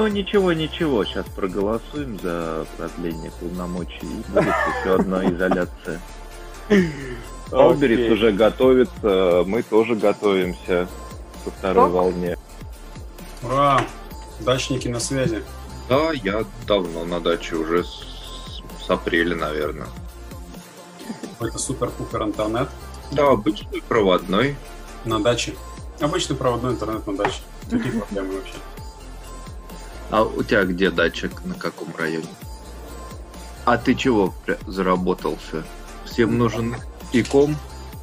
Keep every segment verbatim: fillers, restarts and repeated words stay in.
Ну, ничего, ничего, сейчас проголосуем за продление полномочий, и будет еще одна изоляция. Валберис уже готовится, мы тоже готовимся ко второй волне. Ура! Дачники на связи. Да, я давно на даче, уже с, с апреля, наверное. Это супер-пупер интернет? Да, обычный проводной. На даче? Обычный проводной интернет на даче. Какие проблемы вообще? А у тебя где дача, на каком районе? А ты чего заработался? Всем нужен иком?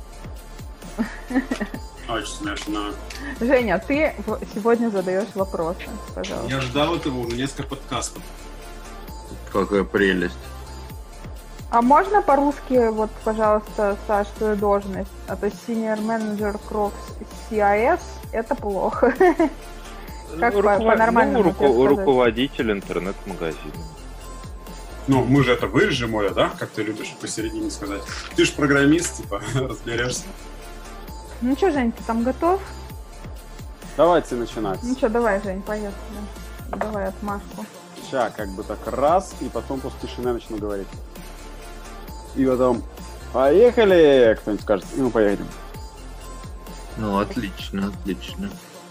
Очень смешно. Женя, ты сегодня задаешь вопросы, пожалуйста. Я ждал этого уже несколько подкастов. Какая прелесть. А можно по-русски, вот, пожалуйста, Саш, твою должность? А то Senior Manager Crocs си ай эс — это плохо. Как по-нормальному ну, руководитель интернет-магазина. Ну, мы же это вырежем, Оля, да? Как ты любишь посередине сказать. Ты же программист, типа, разберешься. Ну что, Жень, ты там готов? Давайте начинать. Ну что, давай, Жень, поехали. Давай отмашку. Сейчас как бы так раз, и потом после тишины начну говорить. И потом поехали, кто-нибудь скажет, и мы поедем. Ну, отлично, отлично.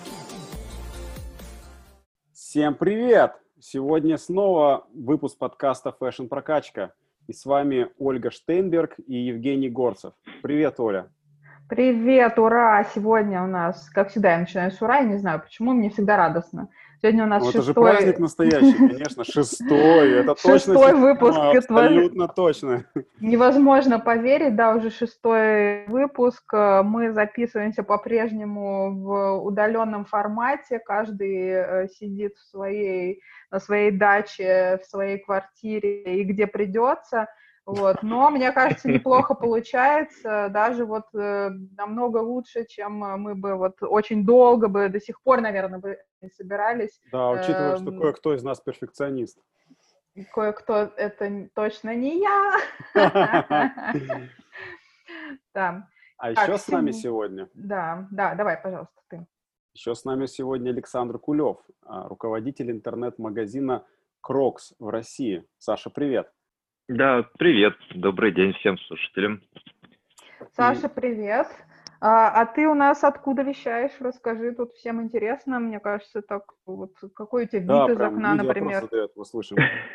Всем привет! Сегодня снова выпуск подкаста Fashion Прокачка. И с вами Ольга Штейнберг и Евгений Горцев. Привет, Оля. Привет, ура! Сегодня у нас, как всегда, я начинаю с ура, я не знаю почему, мне всегда радостно. Сегодня у нас ну, шестой... Это же праздник настоящий, конечно, шестой. Это точно. Шестой выпуск. Абсолютно точно. Невозможно поверить, да, уже шестой выпуск. Мы записываемся по-прежнему в удаленном формате. Каждый сидит в своей, на своей даче, в своей квартире и где придется. Вот. Но, мне кажется, неплохо получается, даже вот э, намного лучше, чем мы бы вот очень долго бы, до сих пор, наверное, бы не собирались. Да, учитывая, э, что кое-кто из нас перфекционист. Кое-кто, это точно не я. Да. А еще с нами сегодня... Да, да, давай, пожалуйста, ты. Еще с нами сегодня Александр Кулев, руководитель интернет-магазина Crocs в России. Саша, привет. Да, привет. Добрый день всем слушателям. Саша, привет. А, а ты у нас откуда вещаешь? Расскажи, тут всем интересно. Мне кажется, так вот какой у тебя да, вид из окна, например. Задает, мы слышим.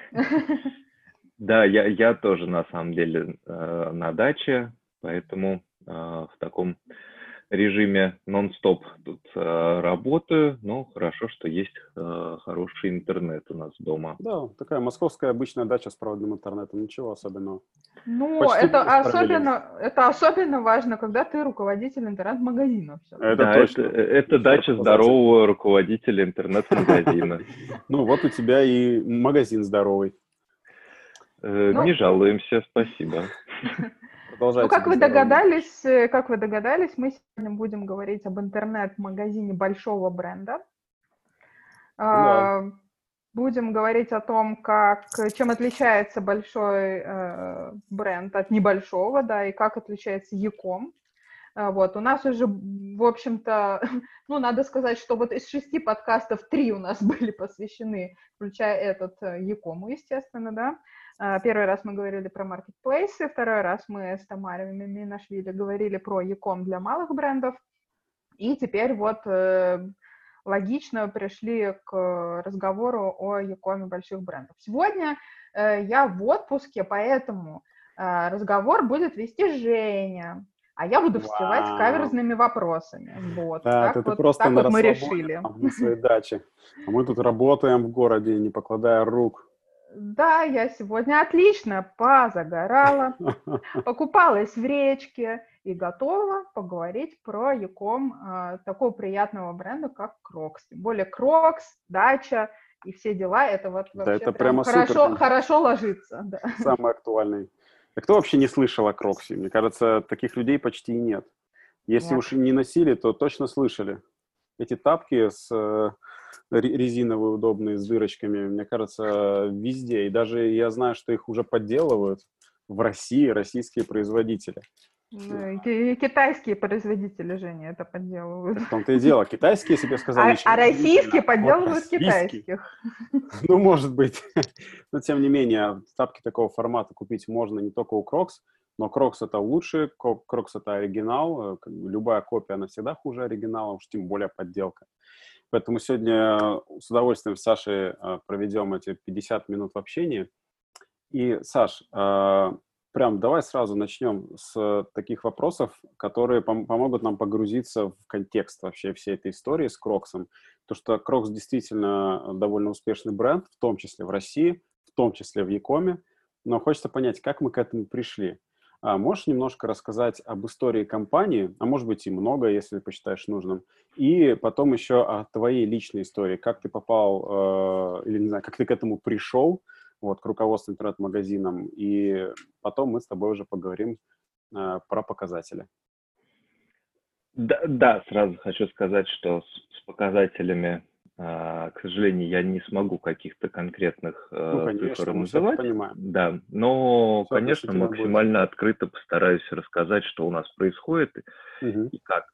Да, я, я тоже на самом деле э, на даче, поэтому э, в таком режиме нон-стоп тут э, работаю, но хорошо, что есть э, хороший интернет у нас дома. Да, такая московская обычная дача с проводным интернетом, ничего особенного. Ну, это особенно, это особенно важно, когда ты руководитель интернет-магазина. Это да, точно. Это, это дача здорового руководителя интернет-магазина. Ну, вот у тебя и магазин здоровый. Не жалуемся, спасибо. Ну, как вы догадались, как вы догадались, мы сегодня будем говорить об интернет-магазине большого бренда. Да. Будем говорить о том, как, чем отличается большой э, бренд от небольшого, да, и как отличается e-com. Вот, у нас уже, в общем-то, ну, надо сказать, что вот из шести подкастов три у нас были посвящены, включая этот, e-com, естественно, да. Первый раз мы говорили про маркетплейсы, второй раз мы с Тамарой Минашвили говорили про e-com для малых брендов, и теперь вот э, логично пришли к разговору о e-com больших брендов. Сегодня э, я в отпуске, поэтому э, разговор будет вести Женя. А я буду всплывать с каверзными вопросами. Вот. Да, так ты вот, просто так на вот мы решили. На своей даче. А мы тут работаем в городе, не покладая рук. Да, я сегодня отлично позагорала, покупалась в речке и готова поговорить про e-com э, такого приятного бренда, как Crocs. Тем более Crocs, дача и все дела, это вот да, вообще это прям прямо хорошо, супер. хорошо ложится. Да. Самый актуальный. А кто вообще не слышал о Кроксе? Мне кажется, таких людей почти и нет. Если нет. уж и не носили, то точно слышали. Эти тапки с э, резиновые, удобные, с дырочками, мне кажется, везде. И даже я знаю, что их уже подделывают в России российские производители. Ну, и ки- и китайские производители, Женя, это подделывают. В том-то и дело. Китайские, если бы я сказал, А, ничего а российские удивительного. Вот подделывают российские. китайских. Ну, может быть. Но, тем не менее, тапки такого формата купить можно не только у Crocs, но Crocs это лучше, Crocs это оригинал. Любая копия, она всегда хуже оригинала, уж тем более подделка. Поэтому сегодня с удовольствием с Сашей проведем эти пятьдесят минут в общении. И, Саш, прям давай сразу начнем с таких вопросов, которые пом- помогут нам погрузиться в контекст вообще всей этой истории с Кроксом. То, что Крокс действительно довольно успешный бренд, в том числе в России, в том числе в Якоме. Но хочется понять, как мы к этому пришли. А можешь немножко рассказать об истории компании, а может быть и много, если посчитаешь нужным, и потом еще о твоей личной истории, как ты попал, э, или не знаю, как ты к этому пришел, вот, к руководству интернет-магазином, и потом мы с тобой уже поговорим э, про показатели. Да, да, сразу хочу сказать, что с, с показателями, э, к сожалению, я не смогу каких-то конкретных э, Ну, конечно, цифр мы все это называть. понимаем. Да, но, Все конечно, относительно будет. максимально открыто постараюсь рассказать, что у нас происходит Мгм. и как.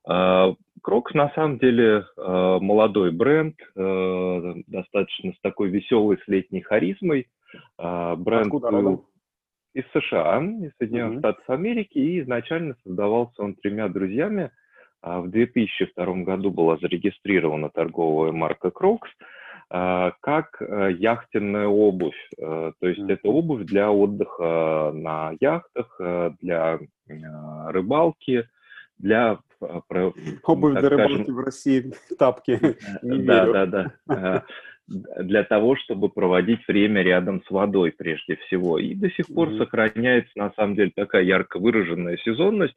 Крокс на самом деле э, молодой бренд, э, достаточно с такой веселой с летней харизмой. Э, Бренд Откуда был родом? из США, из Соединенных Мгм. Штатов Америки, и изначально создавался он тремя друзьями. А В две тысячи втором году была зарегистрирована торговая марка Crocs а, как э, яхтенная обувь. Э, То есть это Мгм. обувь для отдыха на яхтах, э, для э, рыбалки, для, э, про- м, Обувь так для скажем, рыбалки в России, тапки, не да, верю. да, да. Э, Для того, чтобы проводить время рядом с водой прежде всего. И до сих пор Мгм. сохраняется, на самом деле, такая ярко выраженная сезонность,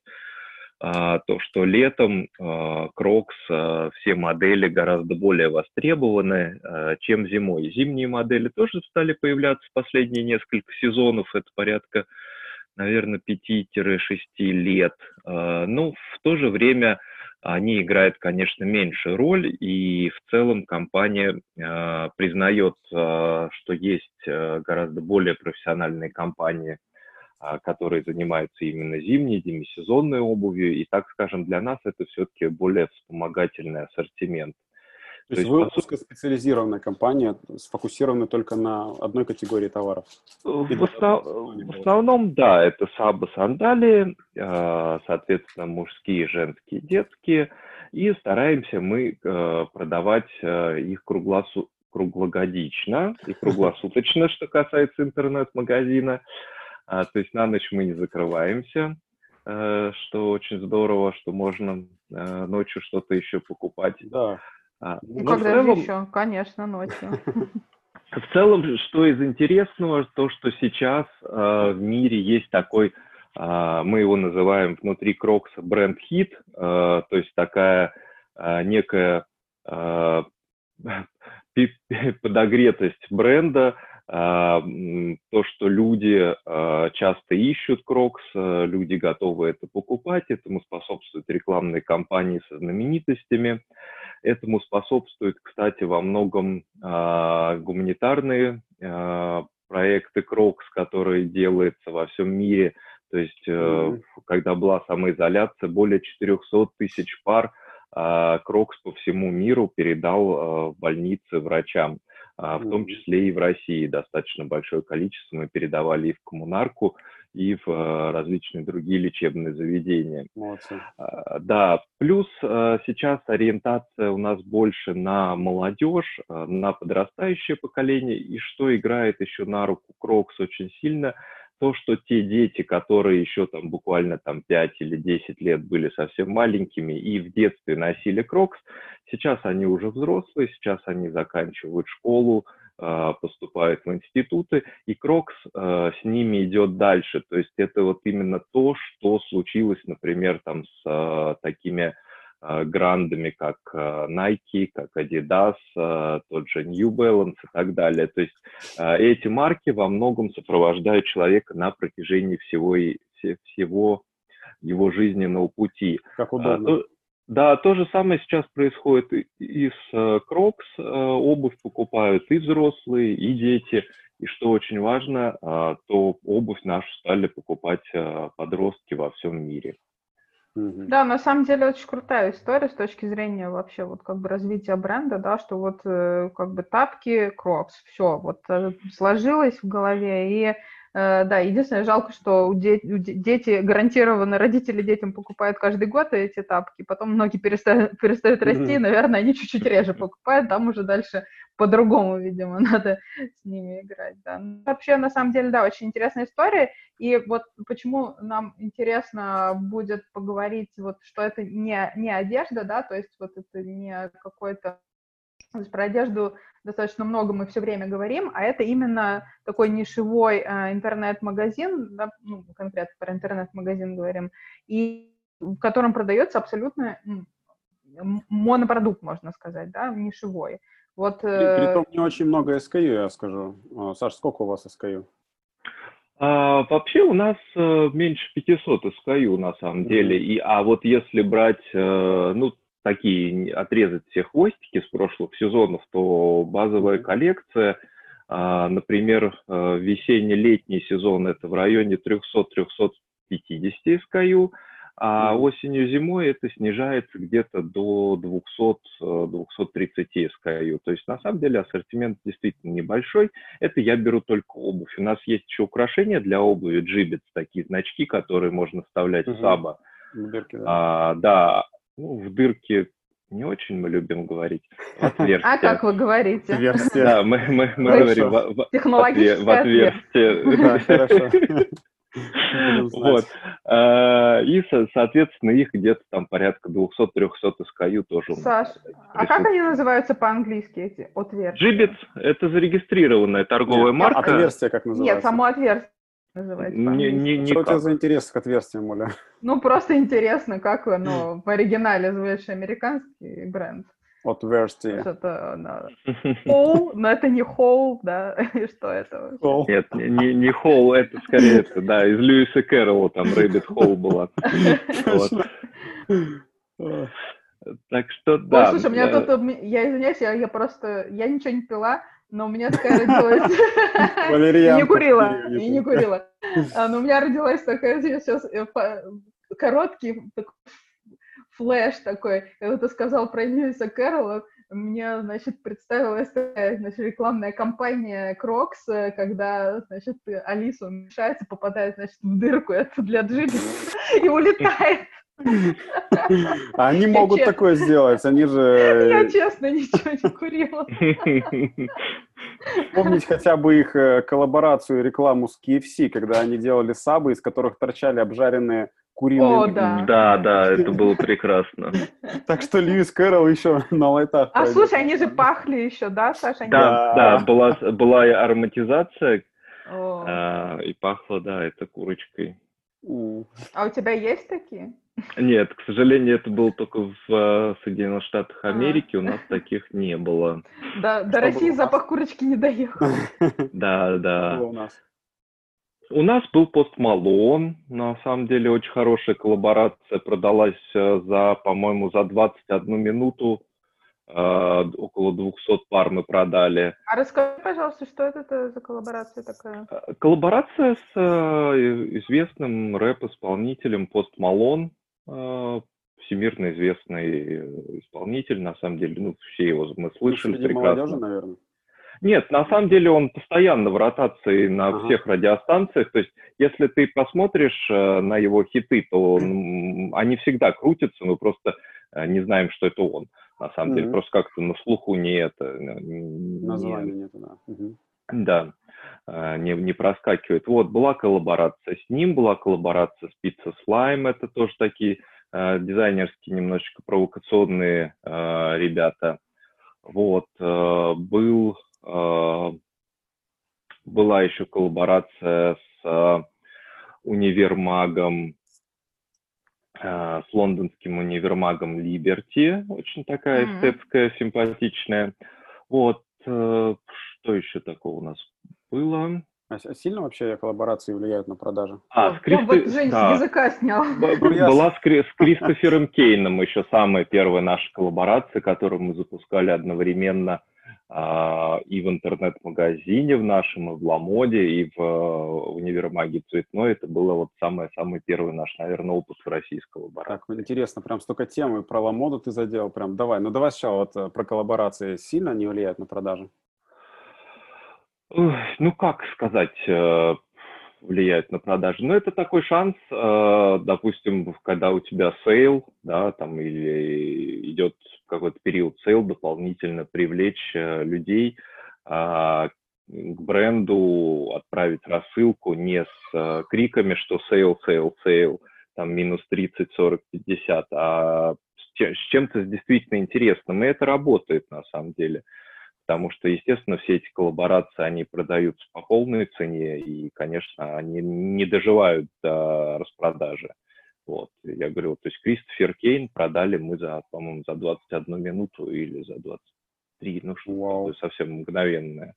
а, то, что летом Крокс, все модели гораздо более востребованы, а, чем зимой. Зимние модели тоже стали появляться в последние несколько сезонов, это порядка, наверное, пяти-шести лет. А, Ну, в то же время они играют, конечно, меньшую роль, и в целом компания а, признает, а, что есть а, гораздо более профессиональные компании, а, которые занимаются именно зимней, демисезонной обувью, и, так скажем, для нас это все-таки более вспомогательный ассортимент. То То есть есть, вы по сути, узкоспециализированная компания, сфокусированы только на одной категории товаров. И в, даже основ- одной не в было. основном, да, это сабы, сандалии, а, соответственно, мужские, женские, детские, и стараемся мы э, продавать э, их круглосу- круглогодично и круглосуточно, что касается интернет-магазина. А, То есть на ночь мы не закрываемся, э, что очень здорово, что можно э, ночью что-то еще покупать. Да. А, Ну, Но в когда же целом, еще? Конечно, ночью. в целом, что из интересного, то, что сейчас э, в мире есть такой, э, мы его называем внутри Крокса бренд-хит, э, то есть такая э, некая э, пи- подогретость бренда, а, м, то, что люди а, часто ищут Крокс, а, люди готовы это покупать, этому способствуют рекламные кампании со знаменитостями, этому способствуют, кстати, во многом а, гуманитарные а, проекты Крокс, которые делаются во всем мире. То есть, э, Мгм. когда была самоизоляция, более четыреста тысяч пар Крокс по всему миру передал а, в больницы врачам, а, в том Мгм. числе и в России достаточно большое количество мы передавали и в коммунарку, и в а, различные другие лечебные заведения. Молодцы. А, Да, плюс а, сейчас ориентация у нас больше на молодежь, а, на подрастающее поколение, и что играет еще на руку Крокс очень сильно, то, что те дети, которые еще там буквально там пять или десять лет были совсем маленькими и в детстве носили Крокс, сейчас они уже взрослые, сейчас они заканчивают школу, а, поступают в институты, и Крокс с ними идет дальше. То есть это вот именно то, что случилось, например, там с а, такими а, грандами, как а, Nike, как Adidas, а, тот же New Balance и так далее. То есть а, эти марки во многом сопровождают человека на протяжении всего, и- все- всего его жизненного пути. Как А, удобно. то- да, то же самое сейчас происходит и, и с Крокс. Обувь покупают и взрослые, и дети. И что очень важно, а, то обувь нашу стали покупать а, подростки во всем мире. Мгм. Да, на самом деле очень крутая история с точки зрения вообще вот как бы развития бренда, да, что вот э, как бы тапки, Crocs, все вот э, сложилось в голове, и э, да, единственное, жалко, что у де- у де- дети, гарантированно родители детям покупают каждый год эти тапки, потом ноги перестают, перестают расти, и, Мгм. наверное, они чуть-чуть реже покупают, там уже дальше по-другому, видимо, надо с ними играть, да. Ну, вообще, на самом деле, да, очень интересная история. И вот почему нам интересно будет поговорить, вот, что это не, не одежда, да, то есть вот это не какой-то... То есть про одежду достаточно много мы все время говорим, а это именно такой нишевой э, интернет-магазин, да, ну, конкретно про интернет-магазин говорим, и в котором продается абсолютно м, м- монопродукт, можно сказать, да, нишевой. Вот При, э, притом не очень много эс кей ю, я скажу. А, Саш, сколько у вас эс кей ю? А, вообще у нас э, меньше пятисот эс кей ю на самом деле. Мгм. И, а вот если брать, э, ну, такие, не- отрезать все хвостики с прошлых сезонов, то базовая Мгм. коллекция, а, например, э, весенне-летний сезон это в районе триста-триста пятьдесят эс кей ю, а Мгм. осенью-зимой это снижается где-то до двухсот-двухсот тридцати эс кей ю. То есть на самом деле ассортимент действительно небольшой. Это я беру только обувь. У нас есть еще украшения для обуви, джибетс, такие значки, которые можно вставлять в Мгм. саба. В дырки, да. А, да, ну, в дырки не очень мы любим говорить, в а отверстия. как вы говорите? Отверстие. Да, мы, мы, мы Вы говорим Хорошо. в, в- в отве- в технологическое отверстие. Да, хорошо. отверстие. Будем Вот. знать. А, И, со- соответственно, их где-то там порядка двухсот-трехсот эс кей ю тоже у нас Саш, а как они присутствует. называются по-английски, эти отверстия? Джибетс – это зарегистрированная торговая Не, Нет, марка. отверстие как нет, называется? само отверстие называется Не, не, по-английски. Что у тебя никак. за интерес к отверстиям, Оля? Ну, просто интересно, как оно в оригинале звучит американский бренд. Отверстие. Что-то, да. Hole, но это не hole, да, и что это вообще? Хол. Нет, не, не, не Холл, это скорее это, да, из Льюиса Кэрролла, там Рэббит Холл была. Вот. Точно. Ой. Так что, Ой, да, слушай, у меня э, тут, м, я извиняюсь, я, я просто, я ничего не пила, но у меня такая родилась, и не Валерьянка в курила, периоде и не только. курила. А, Но у меня родилась такая сейчас э, по- короткий такой флэш такой, когда ты сказал про Льюиса Кэрролла, мне, значит, представилась такая, значит, рекламная кампания Crocs, э, когда, значит, Алиса мешается, попадает, значит, в дырку, это для джибиса, и улетает. А они Я могут честно, такое сделать, они я же... честно ничего не курила. Вспомнить хотя бы их э, коллаборацию, рекламу с кей эф си, когда они делали сабы, из которых торчали обжаренные куриные О, ноги. да. да, да, это было прекрасно. Так что Льюис Кэрролл еще на лайтах А пойдет. слушай, они же пахли еще, да, Саша? Они Да, да, Да. была, была и ароматизация, О, а, и пахло, да, это курочкой. М. а у тебя есть такие? Нет, к сожалению, это было только в э, Соединенных Штатах А. Америки, у нас таких не было. До, до Что России было у вас? запах курочки не доехал. Да, Что да. было у нас? У нас был Post Malone, на самом деле очень хорошая коллаборация, продалась э, за, по-моему, за двадцать одну минуту, э, около двухсот пар мы продали. А расскажи, пожалуйста, что это за коллаборация такая? Э, Коллаборация с э, известным рэп-исполнителем Post Malone, э, всемирно известный э, исполнитель, на самом деле, ну, все его мы Ну, слышали среди прекрасно. молодежи, наверное. Нет, на самом деле он постоянно в ротации на Ага. всех радиостанциях. То есть, если ты посмотришь э, на его хиты, то м, они всегда крутятся, мы просто э, не знаем, что это он. На самом деле, Мгм. просто как-то на слуху не это, э, не, Названия нету, да. Мгм. да, э, не, не проскакивает. Вот, была коллаборация с ним, была коллаборация с Pizza Slime, это тоже такие э, дизайнерские, немножечко провокационные э, ребята. Вот, э, был... э, Была еще коллаборация с э, универмагом, э, с лондонским универмагом Liberty, очень такая М. эстетская, симпатичная. Вот, э, что еще такого у нас было? А с- сильно вообще коллаборации влияют на продажи? А, О, с прям Кристо- вот Жень с да. языка снял. Б- Ну, я Была с- с, Кри- с Кристофером Кейном еще самая первая наша коллаборация, которую мы запускали одновременно а, и в интернет-магазине в нашем, и в Ламоде, и в э, универмаге Цветной. Это было вот самый-самый первый наш, наверное, опыт российской Так, коллаборации. интересно, прям столько тем, и про Ламоду ты задел, прям давай. Ну давай сначала вот э, про коллаборации сильно не влияют на продажи? Ой, ну, как сказать, э, влияет на продажи? Ну, это такой шанс, э, допустим, когда у тебя сейл, да, там, или идет какой-то период сейл, дополнительно привлечь э, людей а, к бренду, отправить рассылку не с э, криками, что сейл, сейл, сейл, там, минус тридцать, сорок, пятьдесят, а с че- с чем-то действительно интересным. И это работает на самом деле. Потому что, естественно, все эти коллаборации, они продаются по полной цене, и, конечно, они не доживают до распродажи. Вот. Я говорю, то есть Кристофер Кейн продали мы за, по-моему, за двадцать одну минуту или за двадцать три, ну что-то Вау. такое совсем мгновенное.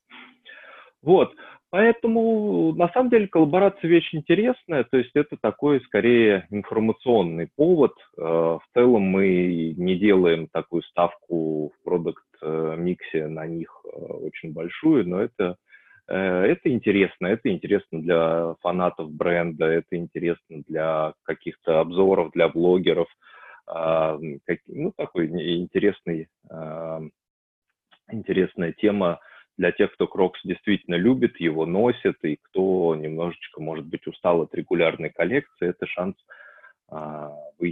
Вот, поэтому на самом деле коллаборация вещь интересная, то есть это такой скорее информационный повод. Э, В целом мы не делаем такую ставку в продукт-миксе на них э, очень большую, но это, э, это интересно, это интересно для фанатов бренда, это интересно для каких-то обзоров, для блогеров. А, как- Ну, такой интересный, а, интересная тема для тех, кто Крокс действительно любит, его носит, и кто немножечко, может быть, устал от регулярной коллекции, это шанс а,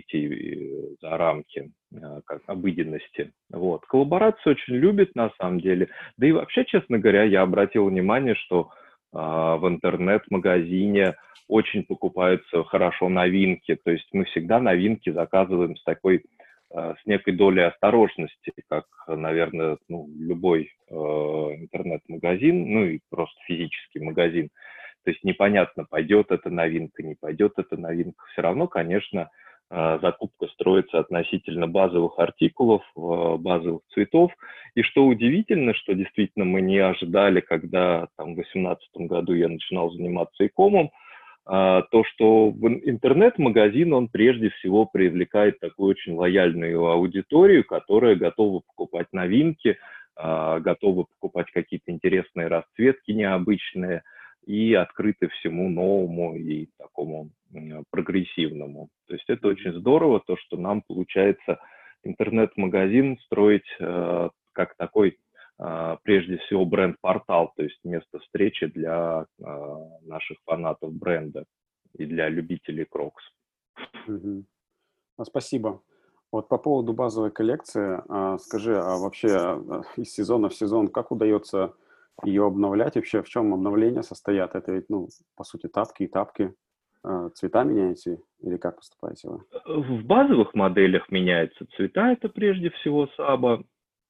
выйти за рамки а, как обыденности. Вот. Коллаборацию очень любит на самом деле. Да и вообще, честно говоря, я обратил внимание, что а, в интернет-магазине очень покупаются хорошо новинки. То есть мы всегда новинки заказываем с такой с некой долей осторожности, как, наверное, ну, любой э, интернет-магазин, ну и просто физический магазин. То есть непонятно, пойдет эта новинка, не пойдет эта новинка. Все равно, конечно, э, закупка строится относительно базовых артикулов, э, базовых цветов. И что удивительно, что действительно мы не ожидали, когда там, в две тысячи восемнадцатом году я начинал заниматься икомом, то, что интернет-магазин, он прежде всего привлекает такую очень лояльную аудиторию, которая готова покупать новинки, готова покупать какие-то интересные расцветки необычные и открыты всему новому и такому прогрессивному. То есть это очень здорово, то, что нам получается интернет-магазин строить как такой, прежде всего, бренд-портал, то есть место встречи для э, наших фанатов бренда и для любителей Крокс. Мгм. А, Спасибо. Вот по поводу базовой коллекции, а, скажи, а вообще а, из сезона в сезон, как удается ее обновлять? Вообще в чем обновления состоят? Это ведь, ну, по сути, тапки и тапки. А, Цвета меняете или как поступаете вы? В базовых моделях меняются цвета, это прежде всего Саба.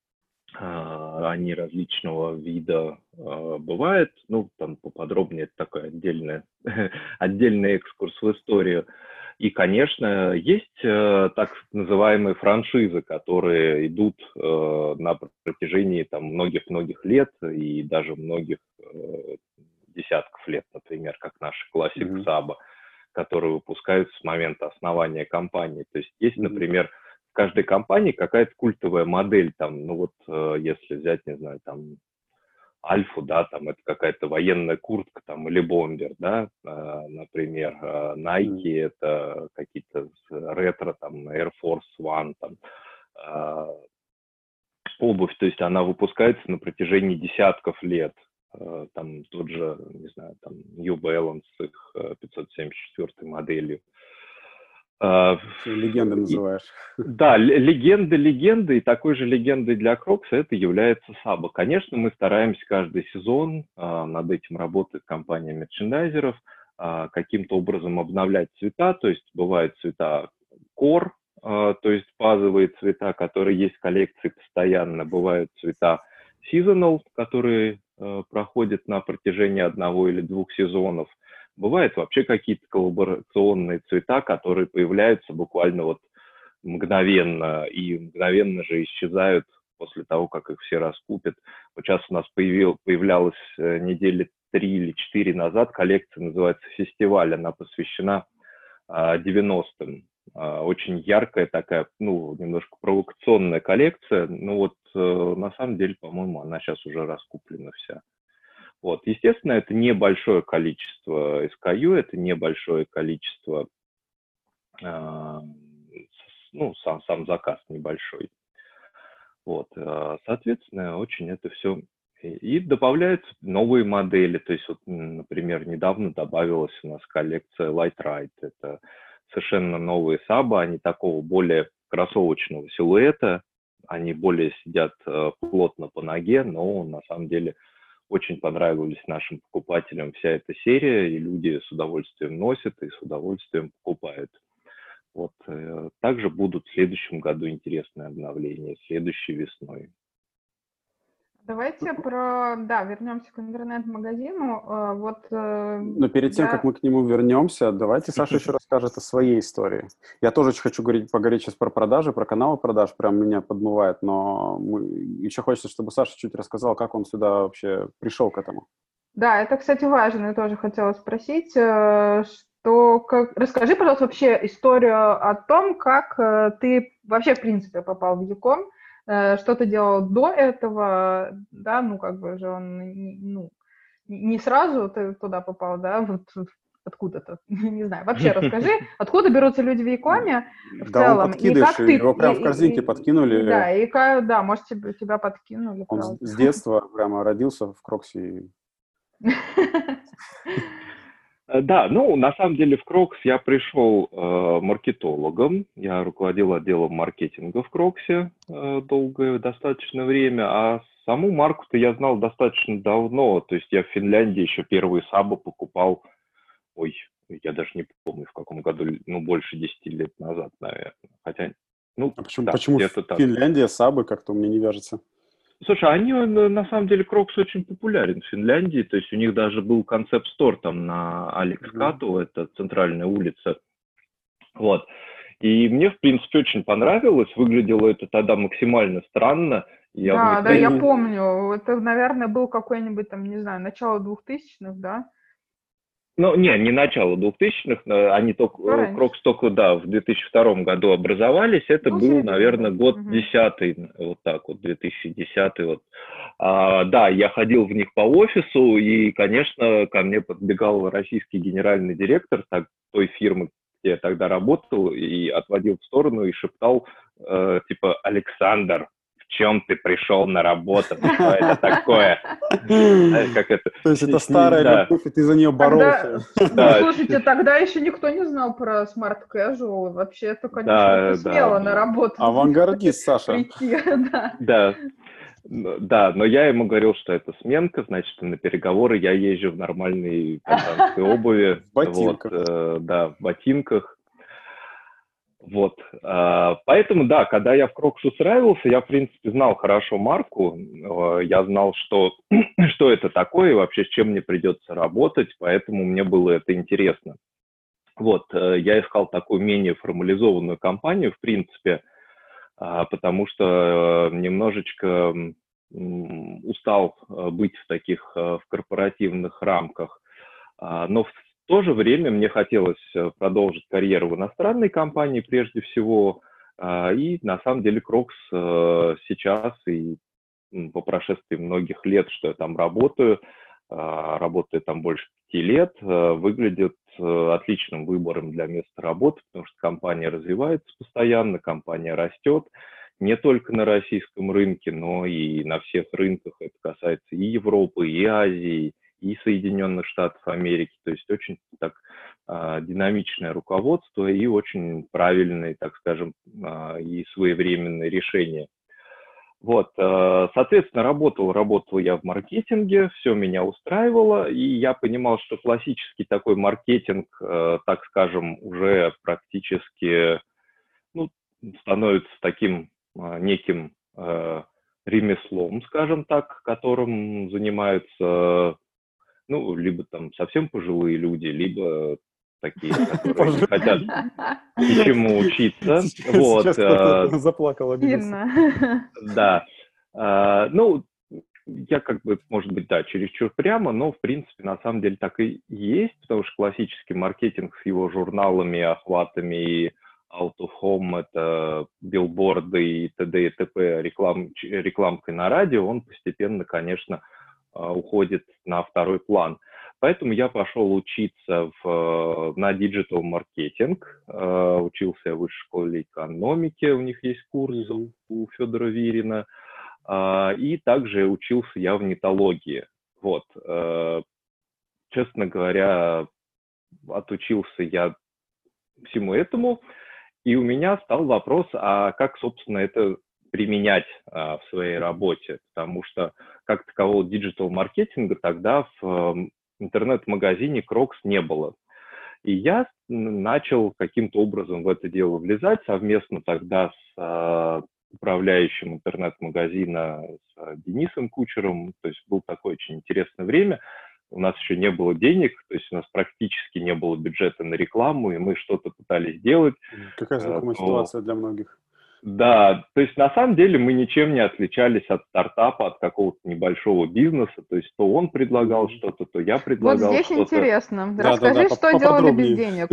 Они различного вида э, бывают. Ну, там поподробнее, это такой отдельный, отдельный экскурс в историю. И, конечно, есть э, так называемые франшизы, которые идут э, на протяжении там многих-многих лет и даже многих э, десятков лет, например, как наша классик Мгм. Саба, которые выпускаются с момента основания компании. То есть есть, Мгм. например, в каждой компании какая-то культовая модель, там, ну вот, э, если взять, не знаю, там, Альфу, да, там, это какая-то военная куртка, там, или бомбер, да, э, например, э, Мгм. Nike, это какие-то с- ретро, там, Air Force One, там, э, обувь, то есть она выпускается на протяжении десятков лет. Э, Там тот же, не знаю, там, New Balance с их э, пятьсот семьдесят четвёртой моделью. Э, Всё, легенды и- называешь. Да, л- легенда легенды, и такой же легендой для Крокса это является Саба. Конечно, мы стараемся каждый сезон, а, над этим работает компания мерчендайзеров, а, каким-то образом обновлять цвета, то есть бывают цвета Core, а, то есть базовые цвета, которые есть в коллекции постоянно, бывают цвета Seasonal, которые э, проходят на протяжении одного или двух сезонов. Бывают вообще какие-то коллаборационные цвета, которые появляются буквально вот мгновенно, и мгновенно же исчезают после того, как их все раскупят. Вот сейчас у нас появил, появлялась э, недели три или четыре назад коллекция, называется «Фестиваль», она посвящена а, девяностым. очень яркая такая, ну, немножко провокационная коллекция. Ну вот, на самом деле, по-моему, она сейчас уже раскуплена вся. Вот, естественно, это небольшое количество эс кей ю, это небольшое количество, ну, сам, сам заказ небольшой. Вот, соответственно, очень это все... И добавляются новые модели. То есть, вот, например, недавно добавилась у нас коллекция Light Ride. Это совершенно новые сабы, они такого более кроссовочного силуэта. Они более сидят плотно по ноге, но на самом деле очень понравились нашим покупателям вся эта серия, и люди с удовольствием носят и с удовольствием покупают. Вот. Также будут в следующем году интересные обновления, следующей весной. Давайте про, да, вернемся к интернет-магазину. Вот, Но перед тем, я... как мы к нему вернемся, давайте Саша еще расскажет о своей истории. Я тоже очень хочу говорить, поговорить сейчас про продажи, про каналы продаж, прям меня подмывает, но мы... еще хочется, чтобы Саша чуть рассказал, как он сюда вообще пришел к этому. Да, это, кстати, важно, я тоже хотела спросить, что, как... расскажи, пожалуйста, вообще историю о том, как ты вообще, в принципе, попал в e-com. Что ты делал до этого, да, ну, как бы же он, ну, не сразу ты туда попал, да, вот откуда-то, не знаю. Вообще расскажи, откуда берутся люди в e-com в да, целом, и как ты... его прям и, в корзинке и, подкинули. Да, и как, да, может, тебя, тебя подкинули. Он правда. с детства прямо родился в Кроксе. Да, ну, на самом деле в Крокс я пришел э, маркетологом, я руководил отделом маркетинга в Кроксе э, долгое достаточно время, а саму марку-то я знал достаточно давно, то есть я в Финляндии еще первые сабы покупал, ой, я даже не помню в каком году, ну, больше десяти лет назад, наверное, хотя, ну, а почему, да, почему Финляндия, сабы, как-то мне не вяжется? Слушай, они, на самом деле, Крокс очень популярен в Финляндии, то есть у них даже был концепт-стор там на Алекскату, mm-hmm. это центральная улица, вот, и мне, в принципе, очень понравилось, выглядело это тогда максимально странно. Я да, да, я помню, это, наверное, был какой-нибудь там, не знаю, начало двухтысячных, да? Ну, не, не начало двухтысячных, они только, Крокс только, да, в две тысячи втором году образовались, это ну, был, середина, наверное, да. год десятый, угу. вот так вот, две тысячи десятый, вот. А, да, я ходил в них по офису, и, конечно, ко мне подбегал российский генеральный директор так, той фирмы, где я тогда работал, и отводил в сторону и шептал, э, типа, Александр, в чем ты пришел на работу? Что это такое? Как это? То есть это старая да. любовь, и ты за нее боролся. Тогда... Да. Слушайте, тогда еще никто не знал про Smart Casual. Вообще, это, конечно, да, это смело да, на работу. Авангардист, Саша. Прийти, да. да. Да, но я ему говорил, что это сменка, значит, на переговоры я езжу в нормальной казанской обуви. В ботинках. Вот, э, да, в ботинках. Вот, поэтому, да, когда я в Крокс устраивался, я, в принципе, знал хорошо марку, я знал, что, что это такое и вообще с чем мне придется работать, поэтому мне было это интересно. Вот, я искал такую менее формализованную компанию, в принципе, потому что немножечко устал быть в таких в корпоративных рамках, но в В то же время мне хотелось продолжить карьеру в иностранной компании прежде всего, и на самом деле Крокс сейчас и по прошествии многих лет, что я там работаю, работаю там больше пяти лет, выглядит отличным выбором для места работы, потому что компания развивается постоянно, компания растет не только на российском рынке, но и на всех рынках. Это касается и Европы, и Азии, и Соединенных Штатов Америки, то есть очень так а, динамичное руководство и очень правильные, так скажем, а, и своевременные решения. Вот, а, соответственно, работал, работал я в маркетинге, все меня устраивало, и я понимал, что классический такой маркетинг, а, так скажем, уже практически ну, становится таким а, неким а, ремеслом, скажем так, которым занимаются ну, либо там совсем пожилые люди, либо такие, которые не хотят ничему учиться. Вот. Сейчас заплакал, обиделся. Да. Ну, я как бы, может быть, да, чересчур прямо, но, в принципе, на самом деле так и есть, потому что классический маркетинг с его журналами, охватами и out of home, это билборды и т.д. и т.п. реклам, рекламкой на радио, он постепенно, конечно, уходит на второй план. Поэтому я пошел учиться в, на диджитал-маркетинг, учился в высшей школе экономики, у них есть курс mm-hmm. у Федора Вирина, и также учился я в нетологии. Вот. Честно говоря, отучился я всему этому, и у меня стал вопрос, а как, собственно, это применять а, в своей работе, потому что как такового диджитал-маркетинга тогда в э, интернет-магазине Crocs не было. И я начал каким-то образом в это дело влезать совместно тогда с э, управляющим интернет-магазина с Денисом Кучером, то есть было такое очень интересное время. У нас еще не было денег, то есть у нас практически не было бюджета на рекламу, и мы что-то пытались делать. Какая знакомая то... ситуация для многих. Да, то есть на самом деле мы ничем не отличались от стартапа, от какого-то небольшого бизнеса, то есть то он предлагал что-то, то я предлагал что-то. Вот здесь что-то. интересно. Да, Расскажи, да, да, что делали без денег.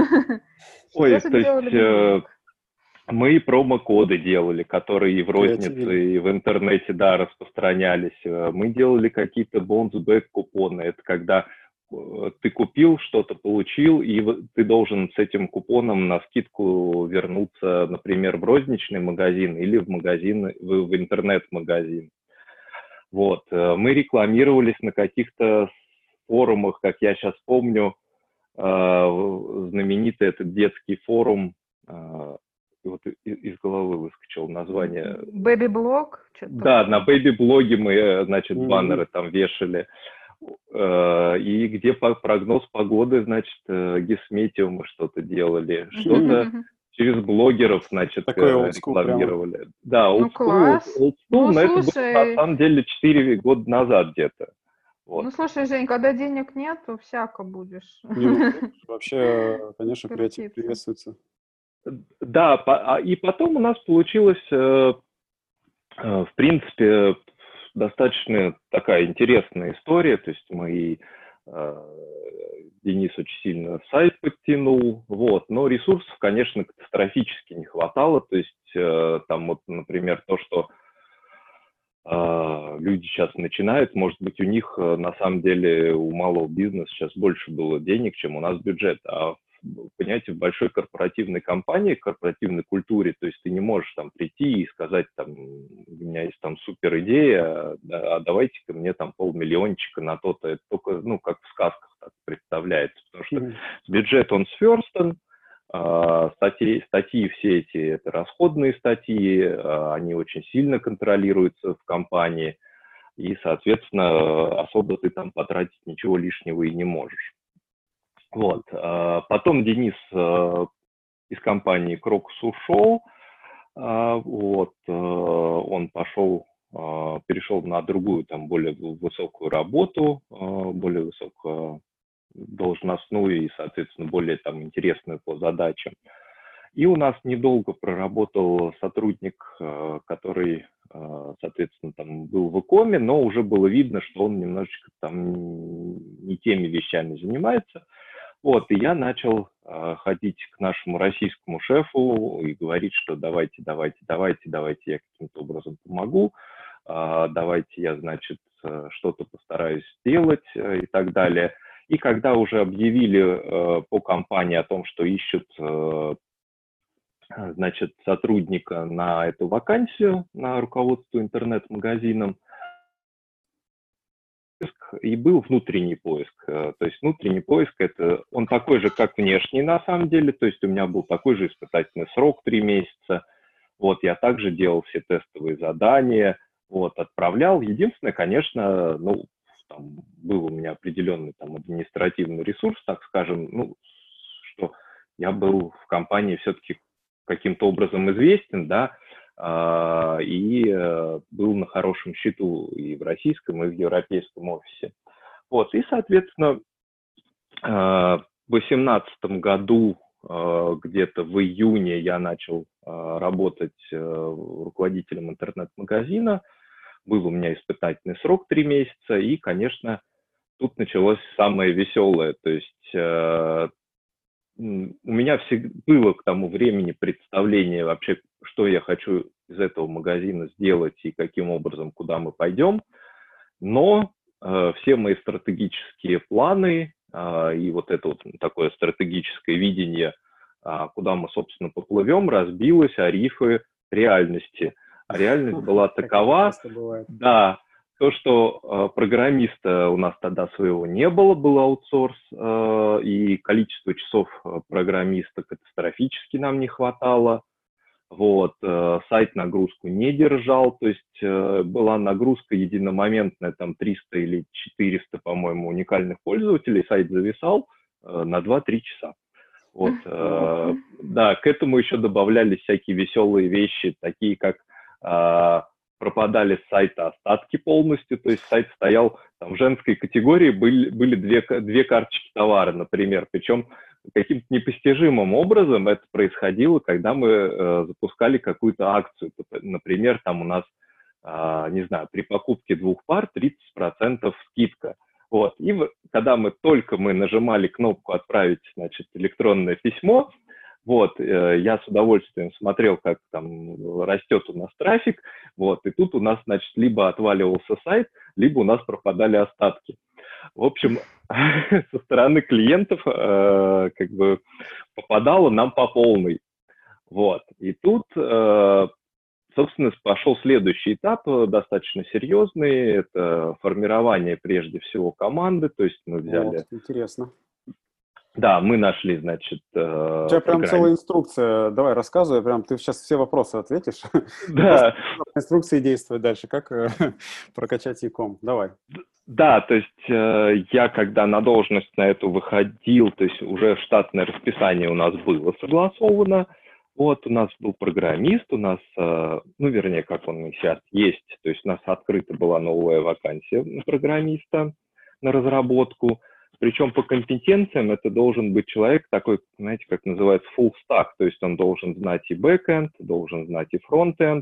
Ой, то есть мы промокоды делали, которые и в рознице, и в интернете, да, распространялись. Мы делали какие-то bounce-back купоны, это когда ты купил что-то, получил, и ты должен с этим купоном на скидку вернуться, например, в розничный магазин или в магазин, в, в интернет-магазин. Вот. Мы рекламировались на каких-то форумах, как я сейчас помню, знаменитый этот детский форум, вот из головы выскочило название. Бэби-блог? Да, на бэби-блоге мы, значит, mm-hmm. баннеры там вешали. И где прогноз погоды, значит, Гисметео мы что-то делали, что-то mm-hmm. через блогеров, значит, такое рекламировали. Прямо. Да, old school, ну, old school, ну, но слушай... это было на самом деле четыре года назад где-то. Вот. Ну, слушай, Жень, когда денег нет, то всяко будешь. Не, вообще, конечно, креатив приветствуется. Да, и потом у нас получилось, в принципе, достаточно такая интересная история, то есть мы, Денис очень сильно сайт подтянул, вот, но ресурсов, конечно, катастрофически не хватало, то есть там вот, например, то, что люди сейчас начинают, может быть, у них на самом деле у малого бизнеса сейчас больше было денег, чем у нас бюджет, а понимаете, в большой корпоративной компании, корпоративной культуре, то есть ты не можешь там прийти и сказать, там, у меня есть там супер идея, а давайте-ка мне там полмиллиончика на то-то, это только, ну, как в сказках так представляется, потому что mm-hmm. бюджет, он сверстан, статьи, статьи все эти, это расходные статьи, они очень сильно контролируются в компании, и, соответственно, особо ты там потратить ничего лишнего и не можешь. Вот. Потом Денис из компании Crocs ушел, вот, он пошел, перешел на другую, там, более высокую работу, более высокую должностную и, соответственно, более там интересную по задачам. И у нас недолго проработал сотрудник, который, соответственно, там был в ИКОМе, но уже было видно, что он немножечко там не теми вещами занимается. Вот, и я начал э, ходить к нашему российскому шефу и говорить, что давайте, давайте, давайте, давайте я каким-то образом помогу, э, давайте я, значит, что-то постараюсь сделать э, и так далее. И когда уже объявили э, по компании о том, что ищут, э, значит, сотрудника на эту вакансию, на руководство интернет-магазином, и был внутренний поиск. То есть внутренний поиск, это он такой же, как внешний на самом деле, то есть у меня был такой же испытательный срок, три месяца. Вот, я также делал все тестовые задания, вот, отправлял. Единственное, конечно, ну, там был у меня определенный там административный ресурс, так скажем, ну, что я был в компании все-таки каким-то образом известен, да, и был на хорошем счету и в российском, и в европейском офисе. Вот, и, соответственно, в две тысячи восемнадцатом году, где-то в июне, я начал работать руководителем интернет-магазина. Был у меня испытательный срок три месяца, и, конечно, тут началось самое веселое. То есть м, у меня всегда было к тому времени представление вообще, что я хочу из этого магазина сделать и каким образом, куда мы пойдем. Но э, все мои стратегические планы э, и вот это вот такое стратегическое видение, э, куда мы, собственно, поплывем, разбилось о рифы реальности. А реальность была такова, да, то, что э, программиста у нас тогда своего не было, был аутсорс, э, и количество часов программиста катастрофически нам не хватало. Вот, э, сайт нагрузку не держал, то есть э, была нагрузка единомоментная, там триста или четыреста, по-моему, уникальных пользователей, сайт зависал э, на два-три часа. Вот, э, да, к этому еще добавлялись всякие веселые вещи, такие как э, пропадали с сайта остатки полностью, то есть сайт стоял, там в женской категории были, были две, две карточки товара, например, причем каким-то непостижимым образом это происходило, когда мы э, запускали какую-то акцию. Например, там у нас, э, не знаю, при покупке двух пар тридцать процентов скидка. Вот. И в, когда мы только мы нажимали кнопку «Отправить, значит, электронное письмо», вот, э, я с удовольствием смотрел, как там растет у нас трафик, вот, и тут у нас, значит, либо отваливался сайт, либо у нас пропадали остатки. В общем, со стороны клиентов э, как бы попадало нам по полной. Вот. И тут, э, собственно, пошел следующий этап, достаточно серьезный. Это формирование прежде всего команды. То есть мы взяли... Вот, интересно. Да, мы нашли, значит... Э, У тебя прям программ... целая инструкция. Давай, рассказывай. Прям ты сейчас все вопросы ответишь. Да. Инструкции действовать дальше. Как прокачать e-com? Давай. Да, то есть э, я, когда на должность на эту выходил, то есть уже штатное расписание у нас было согласовано. Вот, у нас был программист, у нас, э, ну, вернее, как он сейчас есть, то есть у нас открыта была новая вакансия на программиста, на разработку. Причем по компетенциям это должен быть человек такой, знаете, как называется, full stack, то есть он должен знать и бэкэнд, должен знать и фронтенд,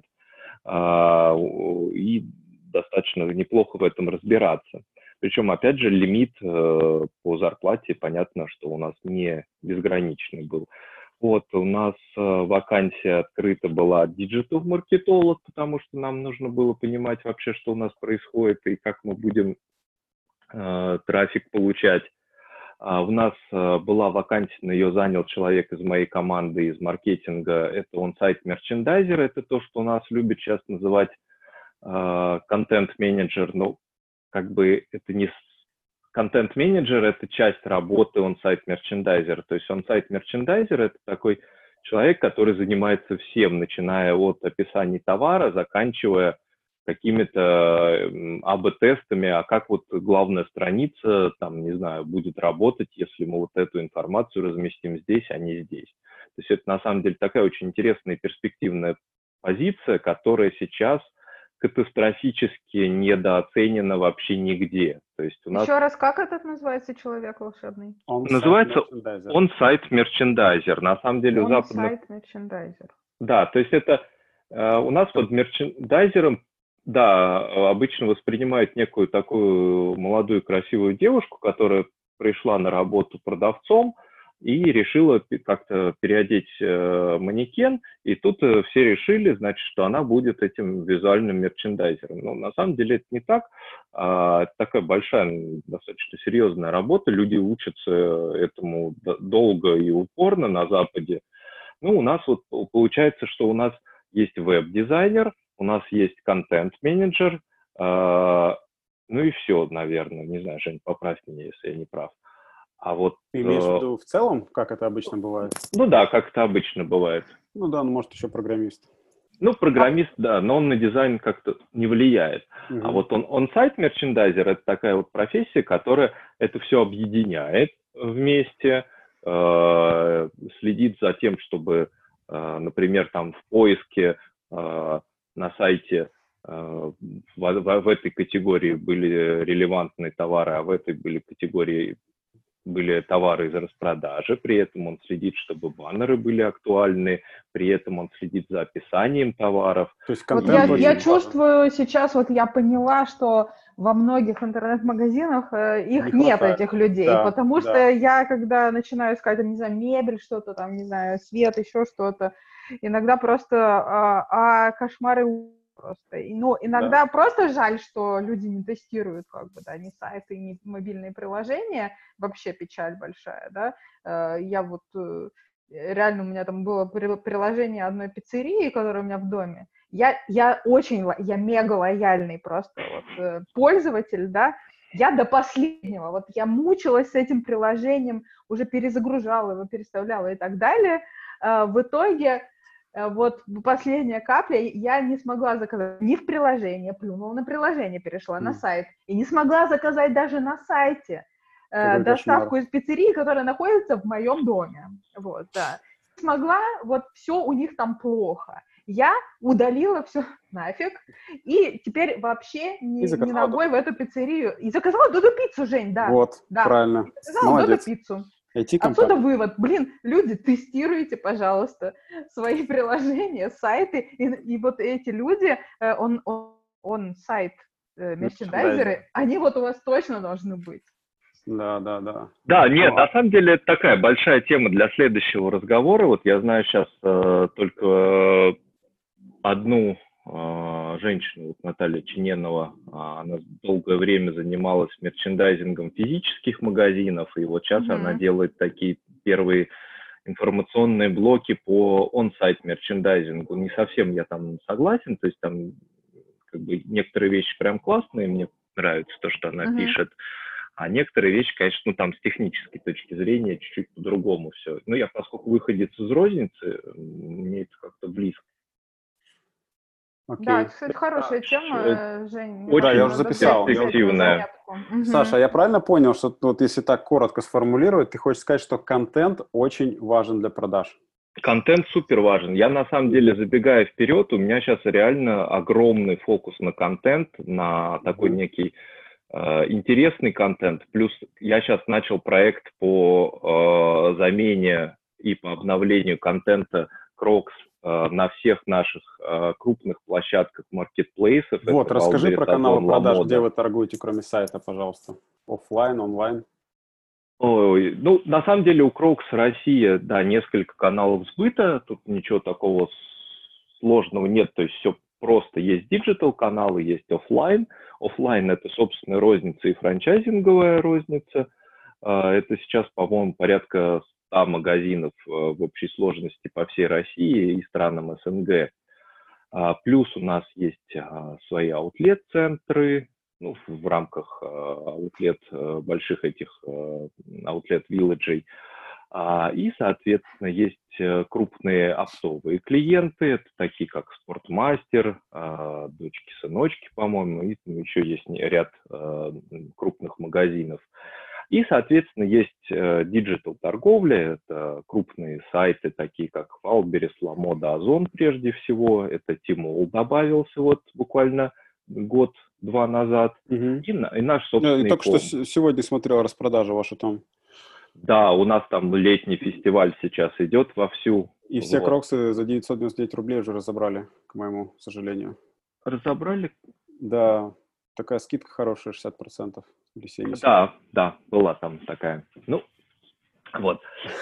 э, и достаточно неплохо в этом разбираться. Причем, опять же, лимит э, по зарплате, понятно, что у нас не безграничный был. Вот, у нас э, вакансия открыта была диджитал-маркетолог, потому что нам нужно было понимать вообще, что у нас происходит и как мы будем э, трафик получать. А у нас э, была вакансия, ее занял человек из моей команды, из маркетинга, это он-сайт-мерчендайзер, это то, что у нас любят сейчас называть контент-менеджер, ну, как бы это не контент-менеджер, это часть работы он-сайт-мерчендайзера. То есть он-сайт-мерчендайзер – это такой человек, который занимается всем, начиная от описания товара, заканчивая какими-то эй би-тестами, а как вот главная страница, там, не знаю, будет работать, если мы вот эту информацию разместим здесь, а не здесь. То есть это на самом деле такая очень интересная и перспективная позиция, которая сейчас катастрофически недооценена вообще нигде. То есть у нас... Еще раз, как этот называется человек волшебный? Называется он-сайт мерчендайзер. На самом деле у западных... Он-сайт мерчендайзер. Да, то есть это э, у нас под мерчендайзером, да, обычно воспринимают некую такую молодую красивую девушку, которая пришла на работу продавцом и решила как-то переодеть э, манекен, и тут э, все решили, значит, что она будет этим визуальным мерчендайзером. Но на самом деле это не так. А, это такая большая, достаточно серьезная работа. Люди учатся этому долго и упорно на Западе. Ну, у нас вот получается, что у нас есть веб-дизайнер, у нас есть контент-менеджер, э, ну и все, наверное. Не знаю, Жень, поправь меня, если я не прав. А вот, Ты имеешь в виду в целом, как это обычно бывает? Ну да, как это обычно бывает. Ну да, ну может еще программист. Ну, программист, да, но он на дизайн как-то не влияет. Uh-huh. А вот он он-сайт мерчендайзер – это такая вот профессия, которая это все объединяет вместе, э, следит за тем, чтобы, э, например, там в поиске э, на сайте э, в, в, в этой категории были релевантные товары, а в этой были категории были товары из распродажи, при этом он следит, чтобы баннеры были актуальны, при этом он следит за описанием товаров. То есть вот я, я чувствую сейчас, вот я поняла, что во многих интернет-магазинах э, их Не нет, хватает. этих людей, Да, потому да. что я, когда начинаю искать, там, не знаю, мебель, что-то там, не знаю, свет, еще что-то, иногда просто а, а кошмары просто. И, ну, иногда Да. просто жаль, что люди не тестируют, как бы, да, ни сайты, ни мобильные приложения, вообще печаль большая, да. Э, Я вот э, реально, у меня там было при- приложение одной пиццерии, которая у меня в доме. Я, я очень, ло- я мега лояльный просто вот э, пользователь, да. Я до последнего, вот я мучилась с этим приложением, уже перезагружала его, переставляла и так далее. Э, В итоге э, вот последняя капля, я не смогла заказать ни в приложение, плюнула на приложение, перешла на М, сайт, и не смогла заказать даже на сайте э, Какой кошмар. доставку из пиццерии, которая находится в моем доме. Вот, да. Смогла, вот все у них там плохо. Я удалила все нафиг, и теперь вообще И ни, ни заказала ногой Додо. в эту пиццерию. И заказала Додо пиццу, Жень, да, Вот, да. правильно. И заказала Додо Молодец. пиццу. ай Отсюда ти-компания. вывод. Блин, люди, тестируйте, пожалуйста, свои приложения, сайты. И, и вот эти люди, э, он, он, он сайт, э, мерчендайзеры, Мерчендайзеры. они вот у вас точно должны быть. Да, да, да. Да, нет, Ну, на а- самом деле это такая большая тема для следующего разговора. Вот я знаю сейчас э, только одну э, женщину, вот Наталья Чиненова, а, она долгое время занималась мерчендайзингом физических магазинов, и вот сейчас она Мгм. делает такие первые информационные блоки по он-сайт мерчендайзингу. Не совсем я там согласен, то есть там как бы некоторые вещи прям классные, мне нравится то, что она Мгм. пишет, а некоторые вещи, конечно, ну там с технической точки зрения чуть-чуть по-другому все. Ну я, поскольку выходец из розницы, мне это как-то близко. Да, Окей. это, кстати, хорошая тема, Э, э, Жень. Мне Очень Да, я надо, уже надо записал. взять, Я уже взять на перспективная. заметку. Мгм. Саша, я правильно понял, что вот если так коротко сформулировать, ты хочешь сказать, что контент очень важен для продаж? Контент супер важен. Я на самом деле, забегая вперед, у меня сейчас реально огромный фокус на контент, на такой Мгм. некий э, интересный контент. Плюс я сейчас начал проект по э, замене и по обновлению контента Crocs э, на всех наших э, крупных площадках маркетплейсов. Вот, Это расскажи Wildberries, про каналы Озон, продаж, где Ламода. вы торгуете, кроме сайта, пожалуйста. Оффлайн, онлайн. Ой, ну, на самом деле у Crocs Россия, да, несколько каналов сбыта, тут ничего такого сложного нет, то есть все просто. Есть диджитал-каналы, есть офлайн. Офлайн – это, собственно, розница и франчайзинговая розница. А, Это сейчас, по-моему, порядка ста магазинов э, в общей сложности по всей России и странам СНГ. А, Плюс у нас есть а, свои аутлет-центры, ну, в в рамках а, аутлет, э, больших этих э, аутлет-вилледжей. А, И, соответственно, есть э, крупные оптовые клиенты, это такие как Спортмастер, а, дочки-сыночки, по-моему, и там еще есть не- ряд э, м, крупных магазинов. И, соответственно, есть диджитал-торговля, это крупные сайты, такие как Wildberries, Ламода, Озон прежде всего, это Тимол добавился вот буквально год-два назад, Мгм. и, на- и наш Я и собственный только что ком. с- сегодня смотрел распродажу вашу там. Да, у нас там летний фестиваль сейчас идет вовсю. И все Вот. кроксы за девятьсот девяносто девять рублей уже разобрали, к моему сожалению. Разобрали? Да, такая скидка хорошая, шестьдесят процентов или семьдесят. Да, да, была там такая. Ну, вот.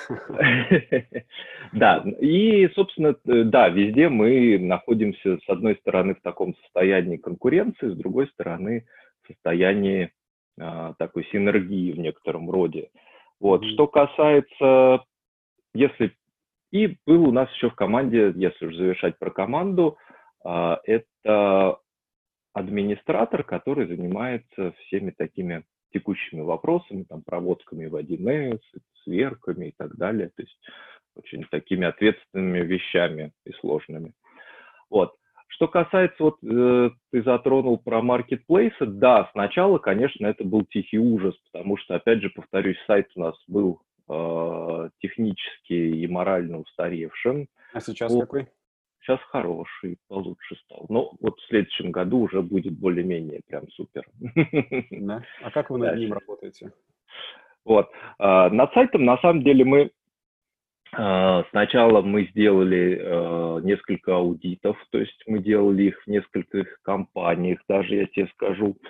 Да, и, собственно, э, да, везде мы находимся, с одной стороны, в таком состоянии конкуренции, с другой стороны, в состоянии а, такой синергии в некотором роде. Вот, Мгм. что касается, если... И был у нас еще в команде, если уж завершать про команду, а, это администратор, который занимается всеми такими текущими вопросами, там, проводками в один эс, сверками и так далее, то есть очень такими ответственными вещами и сложными. Вот. Что касается, вот э, ты затронул про маркетплейсы, да, сначала, конечно, это был тихий ужас, потому что, опять же, повторюсь, сайт у нас был э, технически и морально устаревшим. А сейчас Вот. какой? Сейчас хороший, получше стал. Но вот в следующем году уже будет более-менее прям супер. Да. А как вы над Да, ним щас. работаете? Вот. А, Над сайтом, на самом деле, мы а, сначала мы сделали а, несколько аудитов, то есть мы делали их в нескольких компаниях, даже я тебе скажу.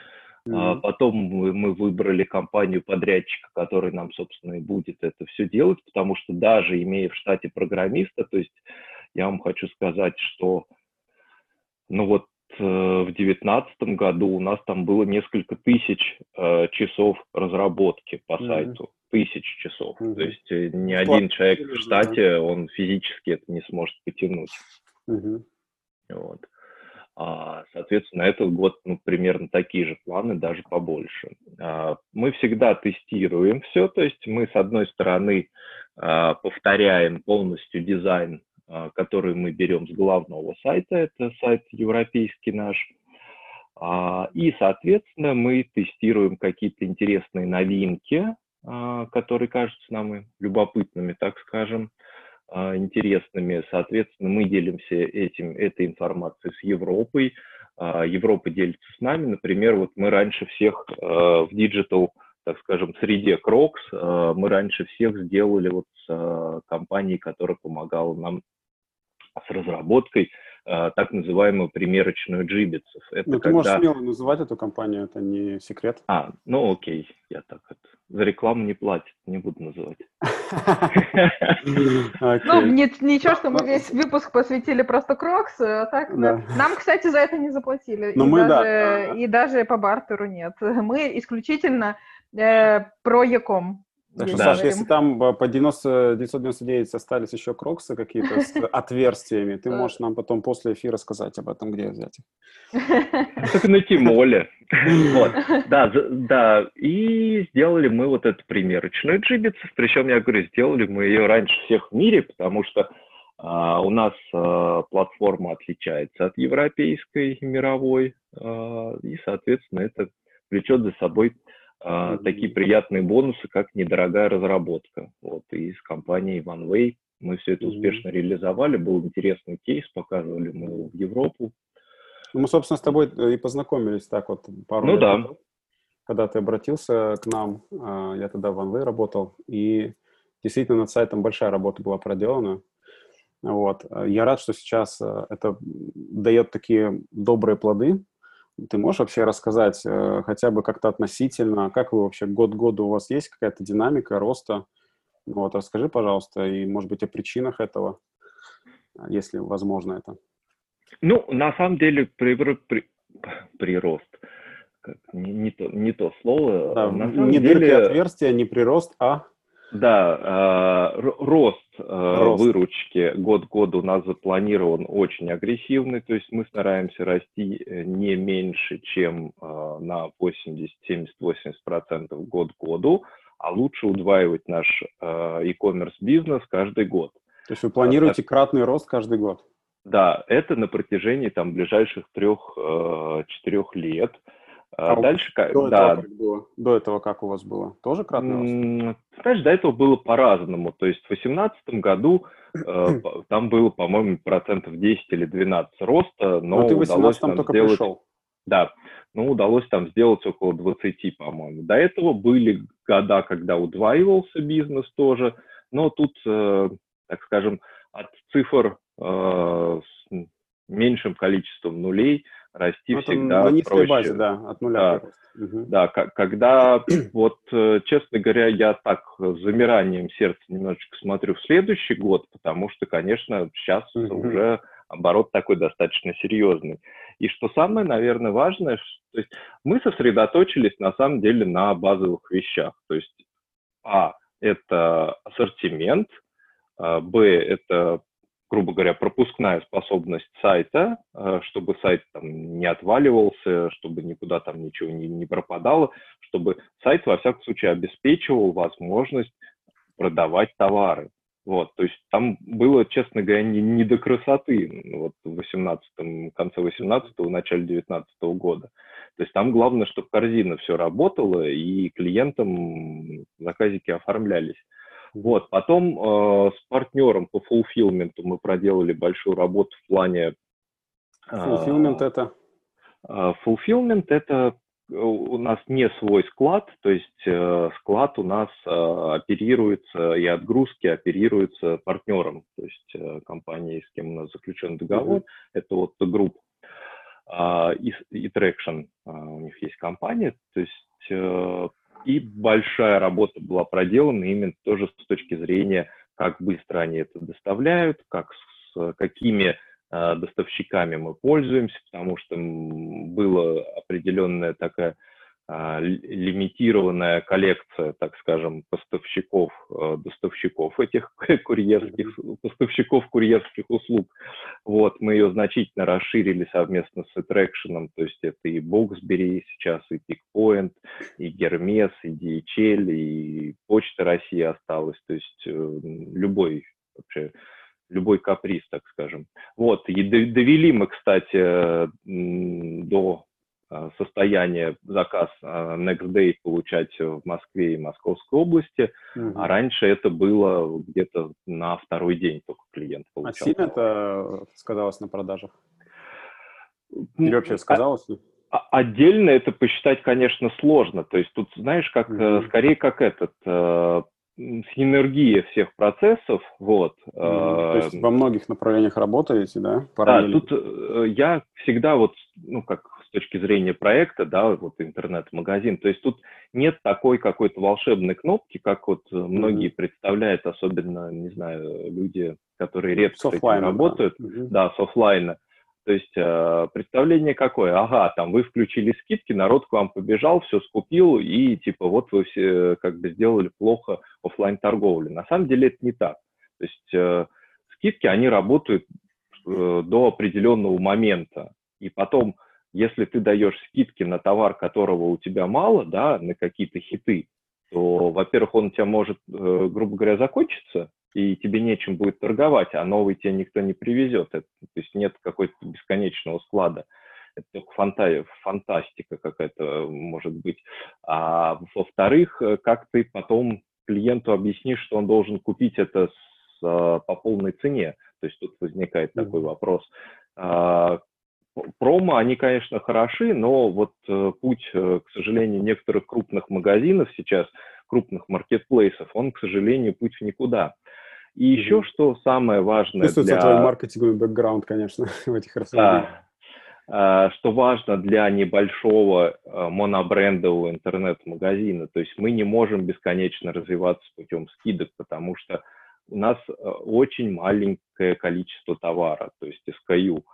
Mm-hmm. Потом мы, мы выбрали компанию-подрядчика, который нам, собственно, и будет это все делать, потому что даже имея в штате программиста, то есть я вам хочу сказать, что ну вот э, в две тысячи девятнадцатом году у нас там было несколько тысяч э, часов разработки по mm-hmm. сайту, тысяч часов. Mm-hmm. То есть э, ни mm-hmm. один человек в штате, он физически это не сможет потянуть. Mm-hmm. Вот. А, соответственно, этот год ну, примерно такие же планы, даже побольше. А, мы всегда тестируем все, то есть мы, с одной стороны, а, повторяем полностью дизайн, а, который мы берем с главного сайта, это сайт европейский наш, а, и, соответственно, мы тестируем какие-то интересные новинки, а, которые кажутся нам любопытными, так скажем, интересными. Соответственно, мы делимся этим, этой информацией с Европой. Европа делится с нами. Например, вот мы раньше всех в диджитал, так скажем, среде Crocs, мы раньше всех сделали вот с компанией, которая помогала нам с разработкой так называемую примерочную джибитсов. Это ну, когда... ты можешь смело называть эту компанию, это не секрет. А, ну окей, я так это... За рекламу не платят, не буду называть. Ну, ничего, что мы весь выпуск посвятили просто Crocs, а так нам, кстати, за это не заплатили. И даже по бартеру нет. Мы исключительно про Яком. Так что, да. Саша, если там по девяносто девятьсот девяносто девять остались еще кроксы какие-то с отверстиями, ты можешь нам потом после эфира сказать об этом, где взять их. Так на Тимоле. Вот, да, да, и сделали мы вот эту примерочную джибитсов, причем, я говорю, сделали мы ее раньше всех в мире, потому что а, у нас а, платформа отличается от европейской и мировой, а, и, соответственно, это влечет за собой Uh, mm-hmm. такие приятные бонусы, как недорогая разработка. Вот, и с компанией OneWay мы все это mm-hmm. успешно реализовали. Был интересный кейс, показывали мы его в Европу. Мы, собственно, с тобой и познакомились так вот пару ну, лет да. назад, когда ты обратился к нам. Я тогда в OneWay работал, и действительно над сайтом большая работа была проделана. Вот. Я рад, что сейчас это дает такие добрые плоды. Ты можешь вообще рассказать э, хотя бы как-то относительно, как вы вообще год к году у вас есть какая-то динамика роста? Вот, расскажи, пожалуйста, и, может быть, о причинах этого, если возможно это. Ну, на самом деле, при, при, прирост, как, не, не, то, не то слово. Да, на самом не деле, дырки отверстия, не прирост, а... Да, э, рост, э, рост выручки год к году у нас запланирован очень агрессивный, то есть мы стараемся расти не меньше, чем э, на восемьдесят, семьдесят, восемьдесят процентов год к году, а лучше удваивать наш э, e-commerce бизнес каждый год. То есть вы планируете а, кратный рост каждый год? Да, это на протяжении там ближайших трех-четырех лет. А Дальше, до, да. этого как было? До этого как у вас было? Тоже кратный рост? Знаешь, до этого было по-разному. То есть в две тысячи восемнадцатом году э, там было, по-моему, процентов десять или двенадцать роста, но, но ты в удалось нам только сделать... пришел. Да, но удалось там сделать около двадцати, по-моему. До этого были года, когда удваивался бизнес тоже, но тут, э, так скажем, от цифр э, с меньшим количеством нулей расти это всегда на низкой проще. базе, да, от нуля. Да, угу. да к- когда, вот, честно говоря, я так с замиранием сердца немножечко смотрю в следующий год, потому что, конечно, сейчас угу. уже оборот такой достаточно серьезный. И что самое, наверное, важное, что, то есть мы сосредоточились на самом деле на базовых вещах. То есть, а, это ассортимент, а, б, это, грубо говоря, пропускная способность сайта, чтобы сайт там не отваливался, чтобы никуда там ничего не, не пропадало, чтобы сайт, во всяком случае, обеспечивал возможность продавать товары. Вот, то есть там было, честно говоря, не, не до красоты вот, в восемнадцатом, конце восемнадцатого, начале девятнадцатого года. То есть там главное, чтобы корзина все работала и клиентам заказики оформлялись. Вот, потом э, с партнером по фулфилменту мы проделали большую работу в плане... Фулфилмент э, это? Фулфилмент э, это у нас не свой склад, то есть э, склад у нас э, оперируется и отгрузки оперируются партнером, то есть э, компанией, с кем у нас заключен договор, mm-hmm. это вот группа. а, и, и Traction, а, у них есть компания, то есть э, и большая работа была проделана именно тоже с точки зрения, как быстро они это доставляют, как с какими э, доставщиками мы пользуемся, потому что была определенная такая э, лимитированная коллекция, так скажем, поставщиков, э, доставщиков этих курьерских, поставщиков курьерских услуг. Вот, мы ее значительно расширили совместно с Attraction, то есть это и Boxberry сейчас, и Pickpoint, и Hermes, и ди эйч эл, и Почта России осталась, то есть э, любой вообще, любой каприз, так скажем. Вот, и довели мы, кстати, до состояния заказ Next Day получать в Москве и Московской области, mm-hmm. а раньше это было где-то на второй день только клиент получал. А сильно это сказалось на продажах? Или вообще сказалось? А, отдельно это посчитать, конечно, сложно. То есть тут, знаешь, как mm-hmm. скорее как этот синергия всех процессов, вот. Mm-hmm. То есть во многих направлениях работаете, да? Параллельно? Да, тут я всегда вот, ну, как с точки зрения проекта, да, вот интернет-магазин, то есть тут нет такой какой-то волшебной кнопки, как вот многие mm-hmm. представляют, особенно, не знаю, люди, которые редко с этим работают, да, mm-hmm. да с офлайна. То есть э, представление какое? Ага, там вы включили скидки, народ к вам побежал, все скупил, и типа вот вы все как бы сделали плохо офлайн торговлю. На самом деле это не так. То есть э, скидки, они работают э, до определенного момента. И потом, если ты даешь скидки на товар, которого у тебя мало, да, на какие-то хиты, то, во-первых, он у тебя может, э, грубо говоря, закончиться, и тебе нечем будет торговать, а новый тебе никто не привезет. Это, то есть нет какой-то бесконечного склада. Это только фанта, фантастика какая-то может быть. А во-вторых, как ты потом клиенту объяснишь, что он должен купить это с, по полной цене. То есть тут возникает mm-hmm. такой вопрос. А, промо, они, конечно, хороши, но вот путь, к сожалению, некоторых крупных магазинов сейчас, крупных маркетплейсов, он, к сожалению, путь в никуда. И mm-hmm. еще что самое важное Чувствуется для... твой маркетинговый бэкграунд, конечно, в этих рассуждениях. Да. Что важно для небольшого монобрендового интернет-магазина, то есть мы не можем бесконечно развиваться путем скидок, потому что у нас очень маленькое количество товара, то есть эс кей ю.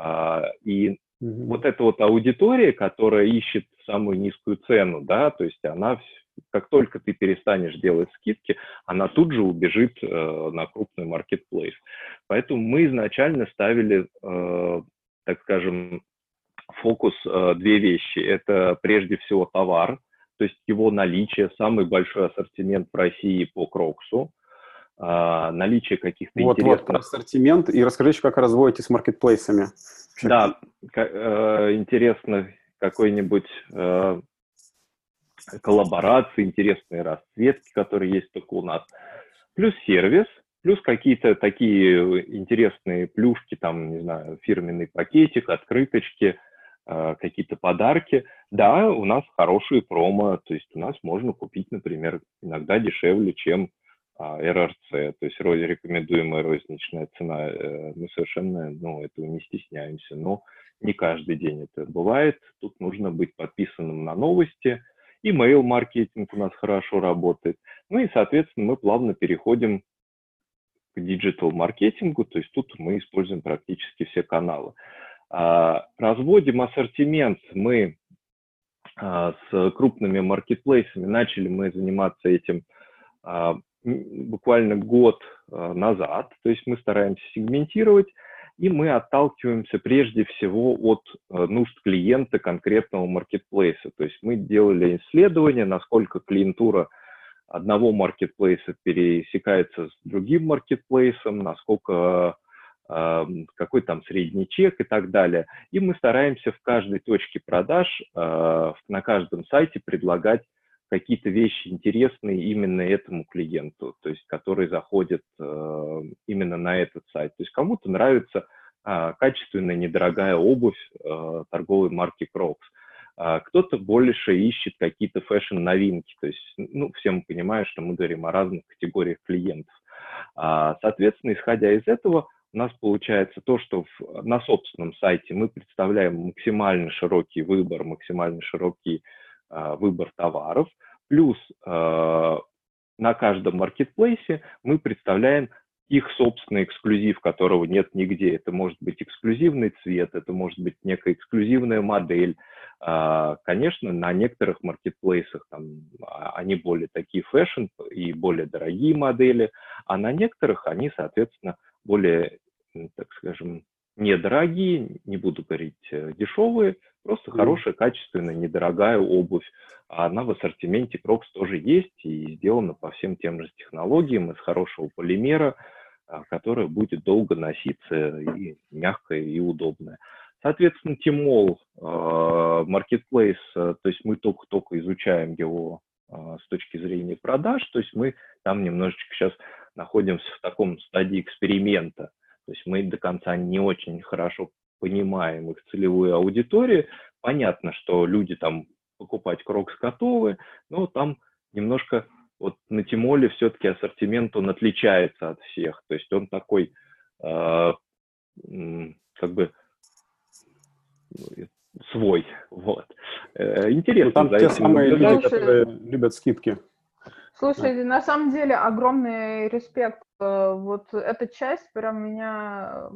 И mm-hmm. вот эта вот аудитория, которая ищет самую низкую цену, да, то есть она... Как только ты перестанешь делать скидки, она тут же убежит э, на крупный маркетплейс. Поэтому мы изначально ставили, э, так скажем, фокус э, две вещи. Это прежде всего товар, то есть его наличие, самый большой ассортимент в России по Кроксу, э, наличие каких-то вот, интересных... Вот, ассортимент. И расскажите, как разводите с маркетплейсами. Да, э, интересно какой-нибудь... Э, коллаборации, интересные расцветки, которые есть только у нас, плюс сервис, плюс какие-то такие интересные плюшки, там, не знаю, фирменный пакетик, открыточки, э, какие-то подарки. Да, у нас хорошие промо, то есть у нас можно купить, например, иногда дешевле, чем э, эр эр си, то есть рекомендуемая розничная цена. Э, мы совершенно, ну, этого не стесняемся, но не каждый день это бывает. Тут нужно быть подписанным на новости. Email-маркетинг у нас хорошо работает. Ну и, соответственно, мы плавно переходим к диджитал-маркетингу, то есть тут мы используем практически все каналы. Разводим ассортимент мы с крупными маркетплейсами. Начали мы заниматься этим буквально год назад, то есть мы стараемся сегментировать, и мы отталкиваемся прежде всего от нужд клиента конкретного маркетплейса. То есть мы делали исследование, насколько клиентура одного маркетплейса пересекается с другим маркетплейсом, насколько э, какой там средний чек и так далее. И мы стараемся в каждой точке продаж, э, на каждом сайте предлагать какие-то вещи интересные именно этому клиенту, то есть который заходит э, именно на этот сайт. То есть кому-то нравится э, качественная, недорогая обувь э, торговой марки Crocs, э, кто-то больше ищет какие-то фэшн-новинки, то есть, ну, все мы понимаем, что мы говорим о разных категориях клиентов. А, соответственно, исходя из этого, у нас получается то, что в, на собственном сайте мы представляем максимально широкий выбор, максимально широкий э, выбор товаров, плюс э, на каждом маркетплейсе мы представляем их собственный эксклюзив, которого нет нигде. Это может быть эксклюзивный цвет, это может быть некая эксклюзивная модель. Конечно, на некоторых маркетплейсах там, они более такие фэшн и более дорогие модели, а на некоторых они, соответственно, более, так скажем, недорогие, не буду говорить дешевые, просто mm. хорошая, качественная, недорогая обувь. А она в ассортименте Crocs тоже есть и сделана по всем тем же технологиям из хорошего полимера, которая будет долго носиться и мягкая, и удобная. Соответственно, Tmall, Marketplace, то есть мы только-только изучаем его с точки зрения продаж, то есть мы там немножечко сейчас находимся в таком стадии эксперимента, то есть мы до конца не очень хорошо понимаем их целевую аудиторию. Понятно, что люди там покупать Crocs готовы, но там немножко вот на Тимоле все-таки ассортимент, он отличается от всех. То есть он такой, э, как бы, свой. Вот. Э, интересно. Там те самые люди, которые любят скидки. Слушай, на самом деле огромный респект. Вот эта часть прям меня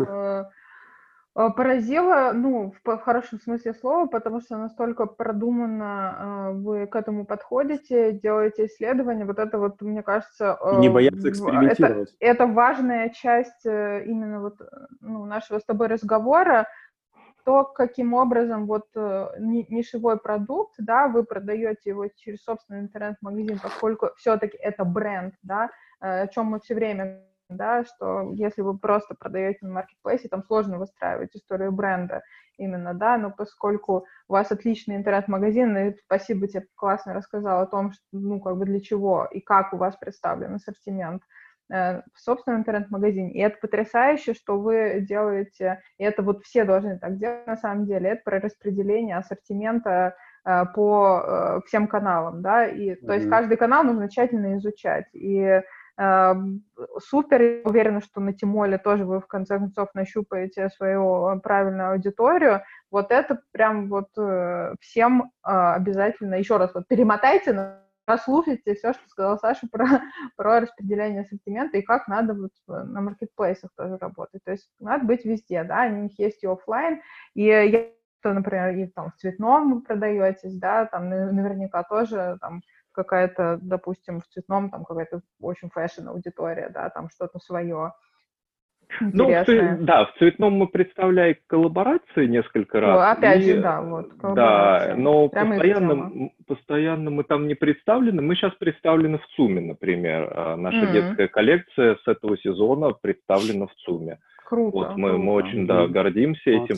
поразила, ну, в хорошем смысле слова, потому что настолько продуманно вы к этому подходите, делаете исследования. Вот это вот, мне кажется, не бояться экспериментировать. Это, это важная часть именно вот, ну, нашего с тобой разговора. То, каким образом вот нишевой продукт, да, вы продаете его через собственный интернет-магазин, поскольку все-таки это бренд, да, о чем мы все время, да, что если вы просто продаете на маркетплейсе, там сложно выстраивать историю бренда именно, да, но поскольку у вас отличный интернет-магазин, и спасибо тебе, классно рассказал о том, что, ну, как бы для чего и как у вас представлен ассортимент в собственном интернет-магазине. И это потрясающе, что вы делаете, и это вот все должны так делать на самом деле, это про распределение ассортимента э, по э, всем каналам, да, и mm-hmm. то есть каждый канал нужно тщательно изучать, и э, супер, я уверена, что на Тимоле тоже вы в конце концов нащупаете свою правильную аудиторию, вот это прям вот э, всем э, обязательно, еще раз вот перемотайте на послушайте все, что сказал Саша про, про распределение ассортимента и как надо вот на маркетплейсах тоже работать. То есть надо быть везде, да, у них есть и офлайн, и я, например, и там в цветном вы продаетесь, да, там наверняка тоже там какая-то, допустим, в цветном там какая-то очень фэшн-аудитория, да, там что-то свое. Ну, в, да, в цветном мы представляем коллаборации несколько раз. Ну, опять и, же, да, вот. Да, но постоянно, постоянно мы там не представлены. Мы сейчас представлены в ЦУМе, например. Наша mm-hmm. детская коллекция с этого сезона представлена в ЦУМе. Круто. Вот мы, круто. мы очень да, гордимся этим.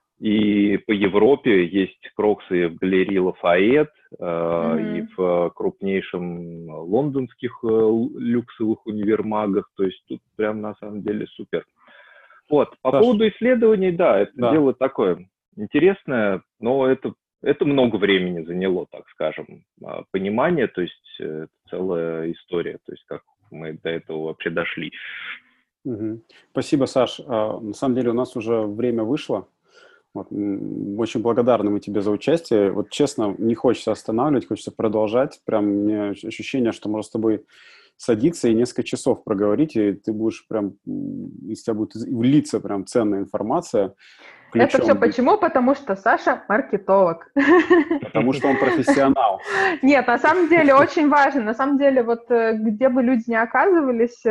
И по Европе есть кроксы в галерее Лафайет, mm-hmm. и в крупнейшем лондонских люксовых универмагах. То есть тут прям на самом деле супер. Вот, по Саша. поводу исследований, да, это да. дело такое интересное, но это, это много времени заняло, так скажем, понимание, то есть это целая история, то есть как мы до этого вообще дошли. Угу. Спасибо, Саш. На самом деле у нас уже время вышло. Вот, очень благодарны мы тебе за участие. Вот честно, не хочется останавливать, хочется продолжать. Прям у меня ощущение, что можно с тобой садиться и несколько часов проговорить, и ты будешь прям, из тебя будет влиться прям ценная информация. Это все почему? Потому что Саша маркетолог. Потому что он профессионал. Нет, на самом деле очень важно. На самом деле, вот где бы люди ни оказывались,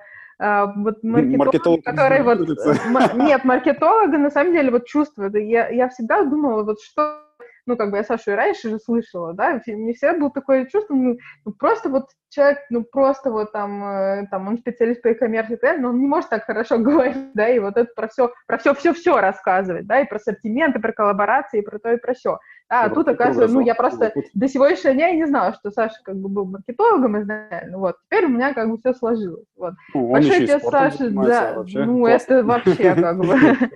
вот маркетолог, который вот... Нет, маркетолога на самом деле вот чувствует. Я, я всегда думала, вот что... Ну, как бы я Сашу и раньше же слышала, да, мне всегда было такое чувство, ну, ну просто вот человек, ну, просто вот там, э, там, он специалист по e-commerce, но он не может так хорошо говорить, да, и вот это про все, про все-все-все рассказывать, да, и про ассортимент, и про коллаборации, и про то, и про все. А, а тут, оказывается, ну, я просто до сегодняшнего дня и не знала, что Саша как бы был маркетологом изначально, вот, теперь у меня как бы все сложилось, вот. Ну, большое тебе, Саша, да, вообще. Ну, классно. Это вообще как бы...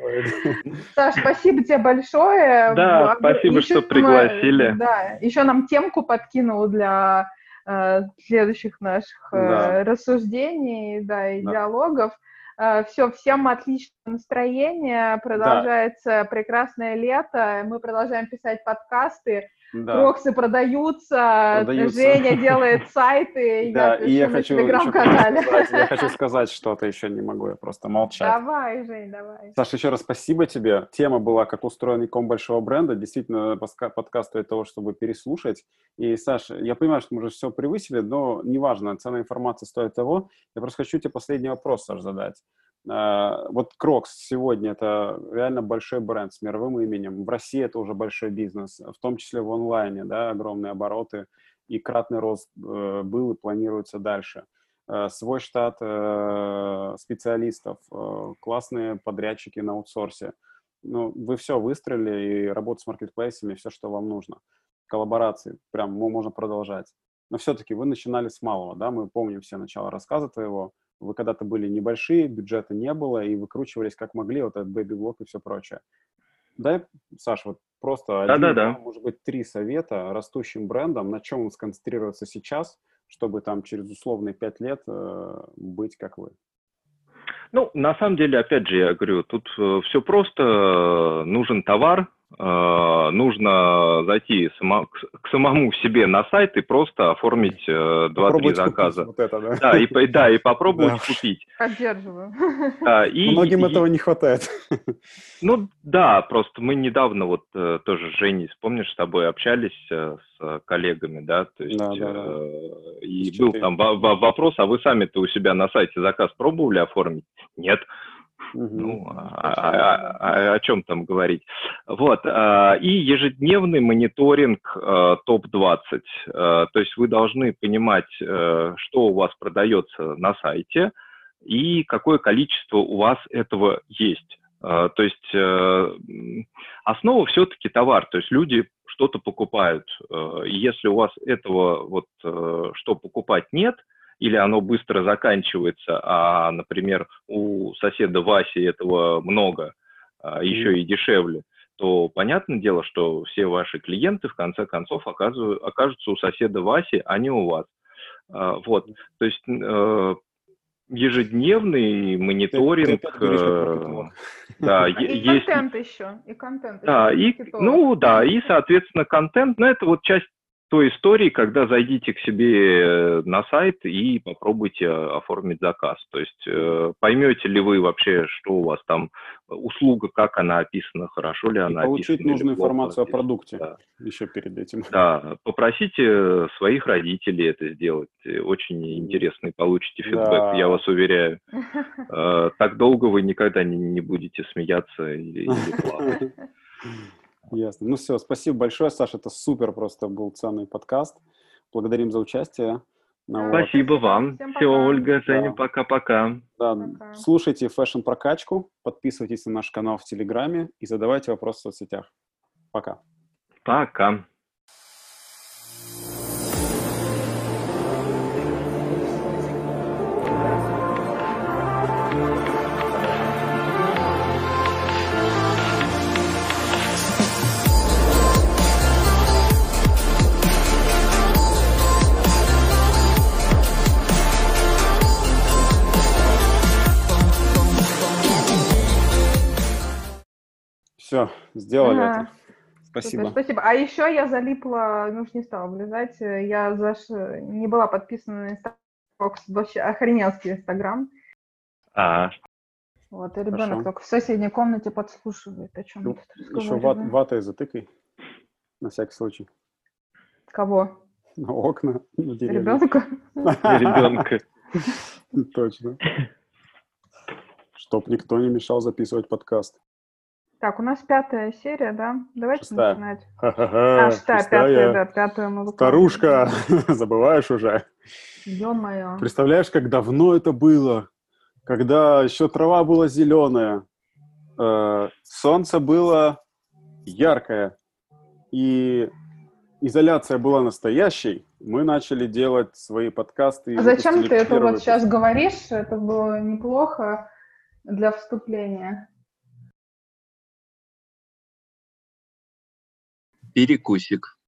Саш, спасибо тебе большое. Да, спасибо, что пригласили. Да, еще нам темку подкинул для следующих наших рассуждений, да, и диалогов. Все, всем отличного настроения, продолжается да. прекрасное лето, мы продолжаем писать подкасты, да. Кроксы продаются, продаются, Женя делает сайты, да, я пишу я на хочу, телеграм-канале. Сказать, я хочу сказать что-то, еще не могу, я просто молчать. Давай, Жень, давай. Саша, еще раз спасибо тебе. Тема была «Как устроен e-com большого бренда». Действительно, подкаст стоит того, чтобы переслушать. И, Саша, я понимаю, что мы уже все превысили, но неважно, ценная информация стоит того. Я просто хочу тебе последний вопрос, Саш, задать. Вот Crocs сегодня это реально большой бренд с мировым именем. В России это уже большой бизнес, в том числе в онлайне, да, огромные обороты и кратный рост был и планируется дальше. Свой штат специалистов, классные подрядчики на аутсорсе. Ну, вы все выстроили, и работа с маркетплейсами, все, что вам нужно. Коллаборации, прям можно продолжать. Но все-таки вы начинали с малого, да, мы помним все начало рассказа твоего. Вы когда-то были небольшие, бюджета не было, и выкручивались как могли, вот этот бэби-блок и все прочее. Дай, Саш, вот просто да, один, да, да. может быть, три совета растущим брендам, на чем сконцентрироваться сейчас, чтобы там через условные пять лет э, быть как вы. Ну, на самом деле, опять же, я говорю, тут э, все просто, нужен товар, э, нужно зайти само, к, к самому себе на сайт и просто оформить э, два-три заказа. Вот это, да? Да, и, да, и попробовать да. купить. Поддерживаю. Да, и, Многим и, этого не хватает. Ну, да, просто мы недавно вот э, тоже с Женей, помнишь, с тобой общались э, с коллегами, да, то есть, да, да, да. Э, и С был там в- в- вопрос, а вы сами-то у себя на сайте заказ пробовали оформить? Нет. Угу. Ну, а, а, а, о чем там говорить? Вот, а, и ежедневный мониторинг а, топ двадцать, а, то есть вы должны понимать, а, что у вас продается на сайте и какое количество у вас этого есть. А, то есть а, основа все-таки товар, то есть люди что-то покупают, а, и если у вас этого вот а, что покупать нет, или оно быстро заканчивается, а, например, у соседа Васи этого много, а, еще и дешевле, то понятное дело, что все ваши клиенты в конце концов окажутся у соседа Васи, а не у вас. А, вот, то есть э, ежедневный мониторинг. Ты, ты э, да, и есть, контент еще, и контент да, еще. И, ну да, и, соответственно, контент, но это вот часть той истории, когда зайдите к себе на сайт и попробуйте оформить заказ. То есть э, поймете ли вы вообще, что у вас там услуга, как она описана, хорошо ли она и получить описана. Получить нужную информацию о продукте, да. еще перед этим. Да, попросите своих родителей это сделать. Очень интересный получите фидбэк, да. Я вас уверяю. Э, так долго вы никогда не, не будете смеяться или, или плакать. Ясно. Ну все, спасибо большое, Саша, это супер просто был ценный подкаст. Благодарим за участие. Ну, спасибо вот. вам. Всем Все, пока. Ольга, Женя, да. пока-пока. Да. Пока. Слушайте фэшн-прокачку, подписывайтесь на наш канал в Телеграме и задавайте вопросы в соцсетях. Пока. Пока. Все, сделали Ага. это. Спасибо. Супер, спасибо. А еще я залипла, ну уж не стала влезать, я заш... не была подписана на Инстаграм, вообще охрененский Инстаграм. А. Вот, и ребенок Хорошо. только в соседней комнате подслушивает, о чем Ну, тут разговаривать. еще ват, ватой затыкай, на всякий случай. Кого? На окна. На деревья. Ребенка? Ребенка. Точно. Чтоб никто не мешал записывать подкаст. Так, у нас пятая серия, да? Давайте Шестая. начинать. Ха-ха-ха. А, шестая, пятая, да, пятую мы выкладываем. Старушка, забываешь уже. Ё-моё. Представляешь, как давно это было? Когда еще трава была зеленая, э, солнце было яркое, и изоляция была настоящей, мы начали делать свои подкасты. А зачем ты это вот выпуск. сейчас говоришь? Это было неплохо для вступления. Перекусик.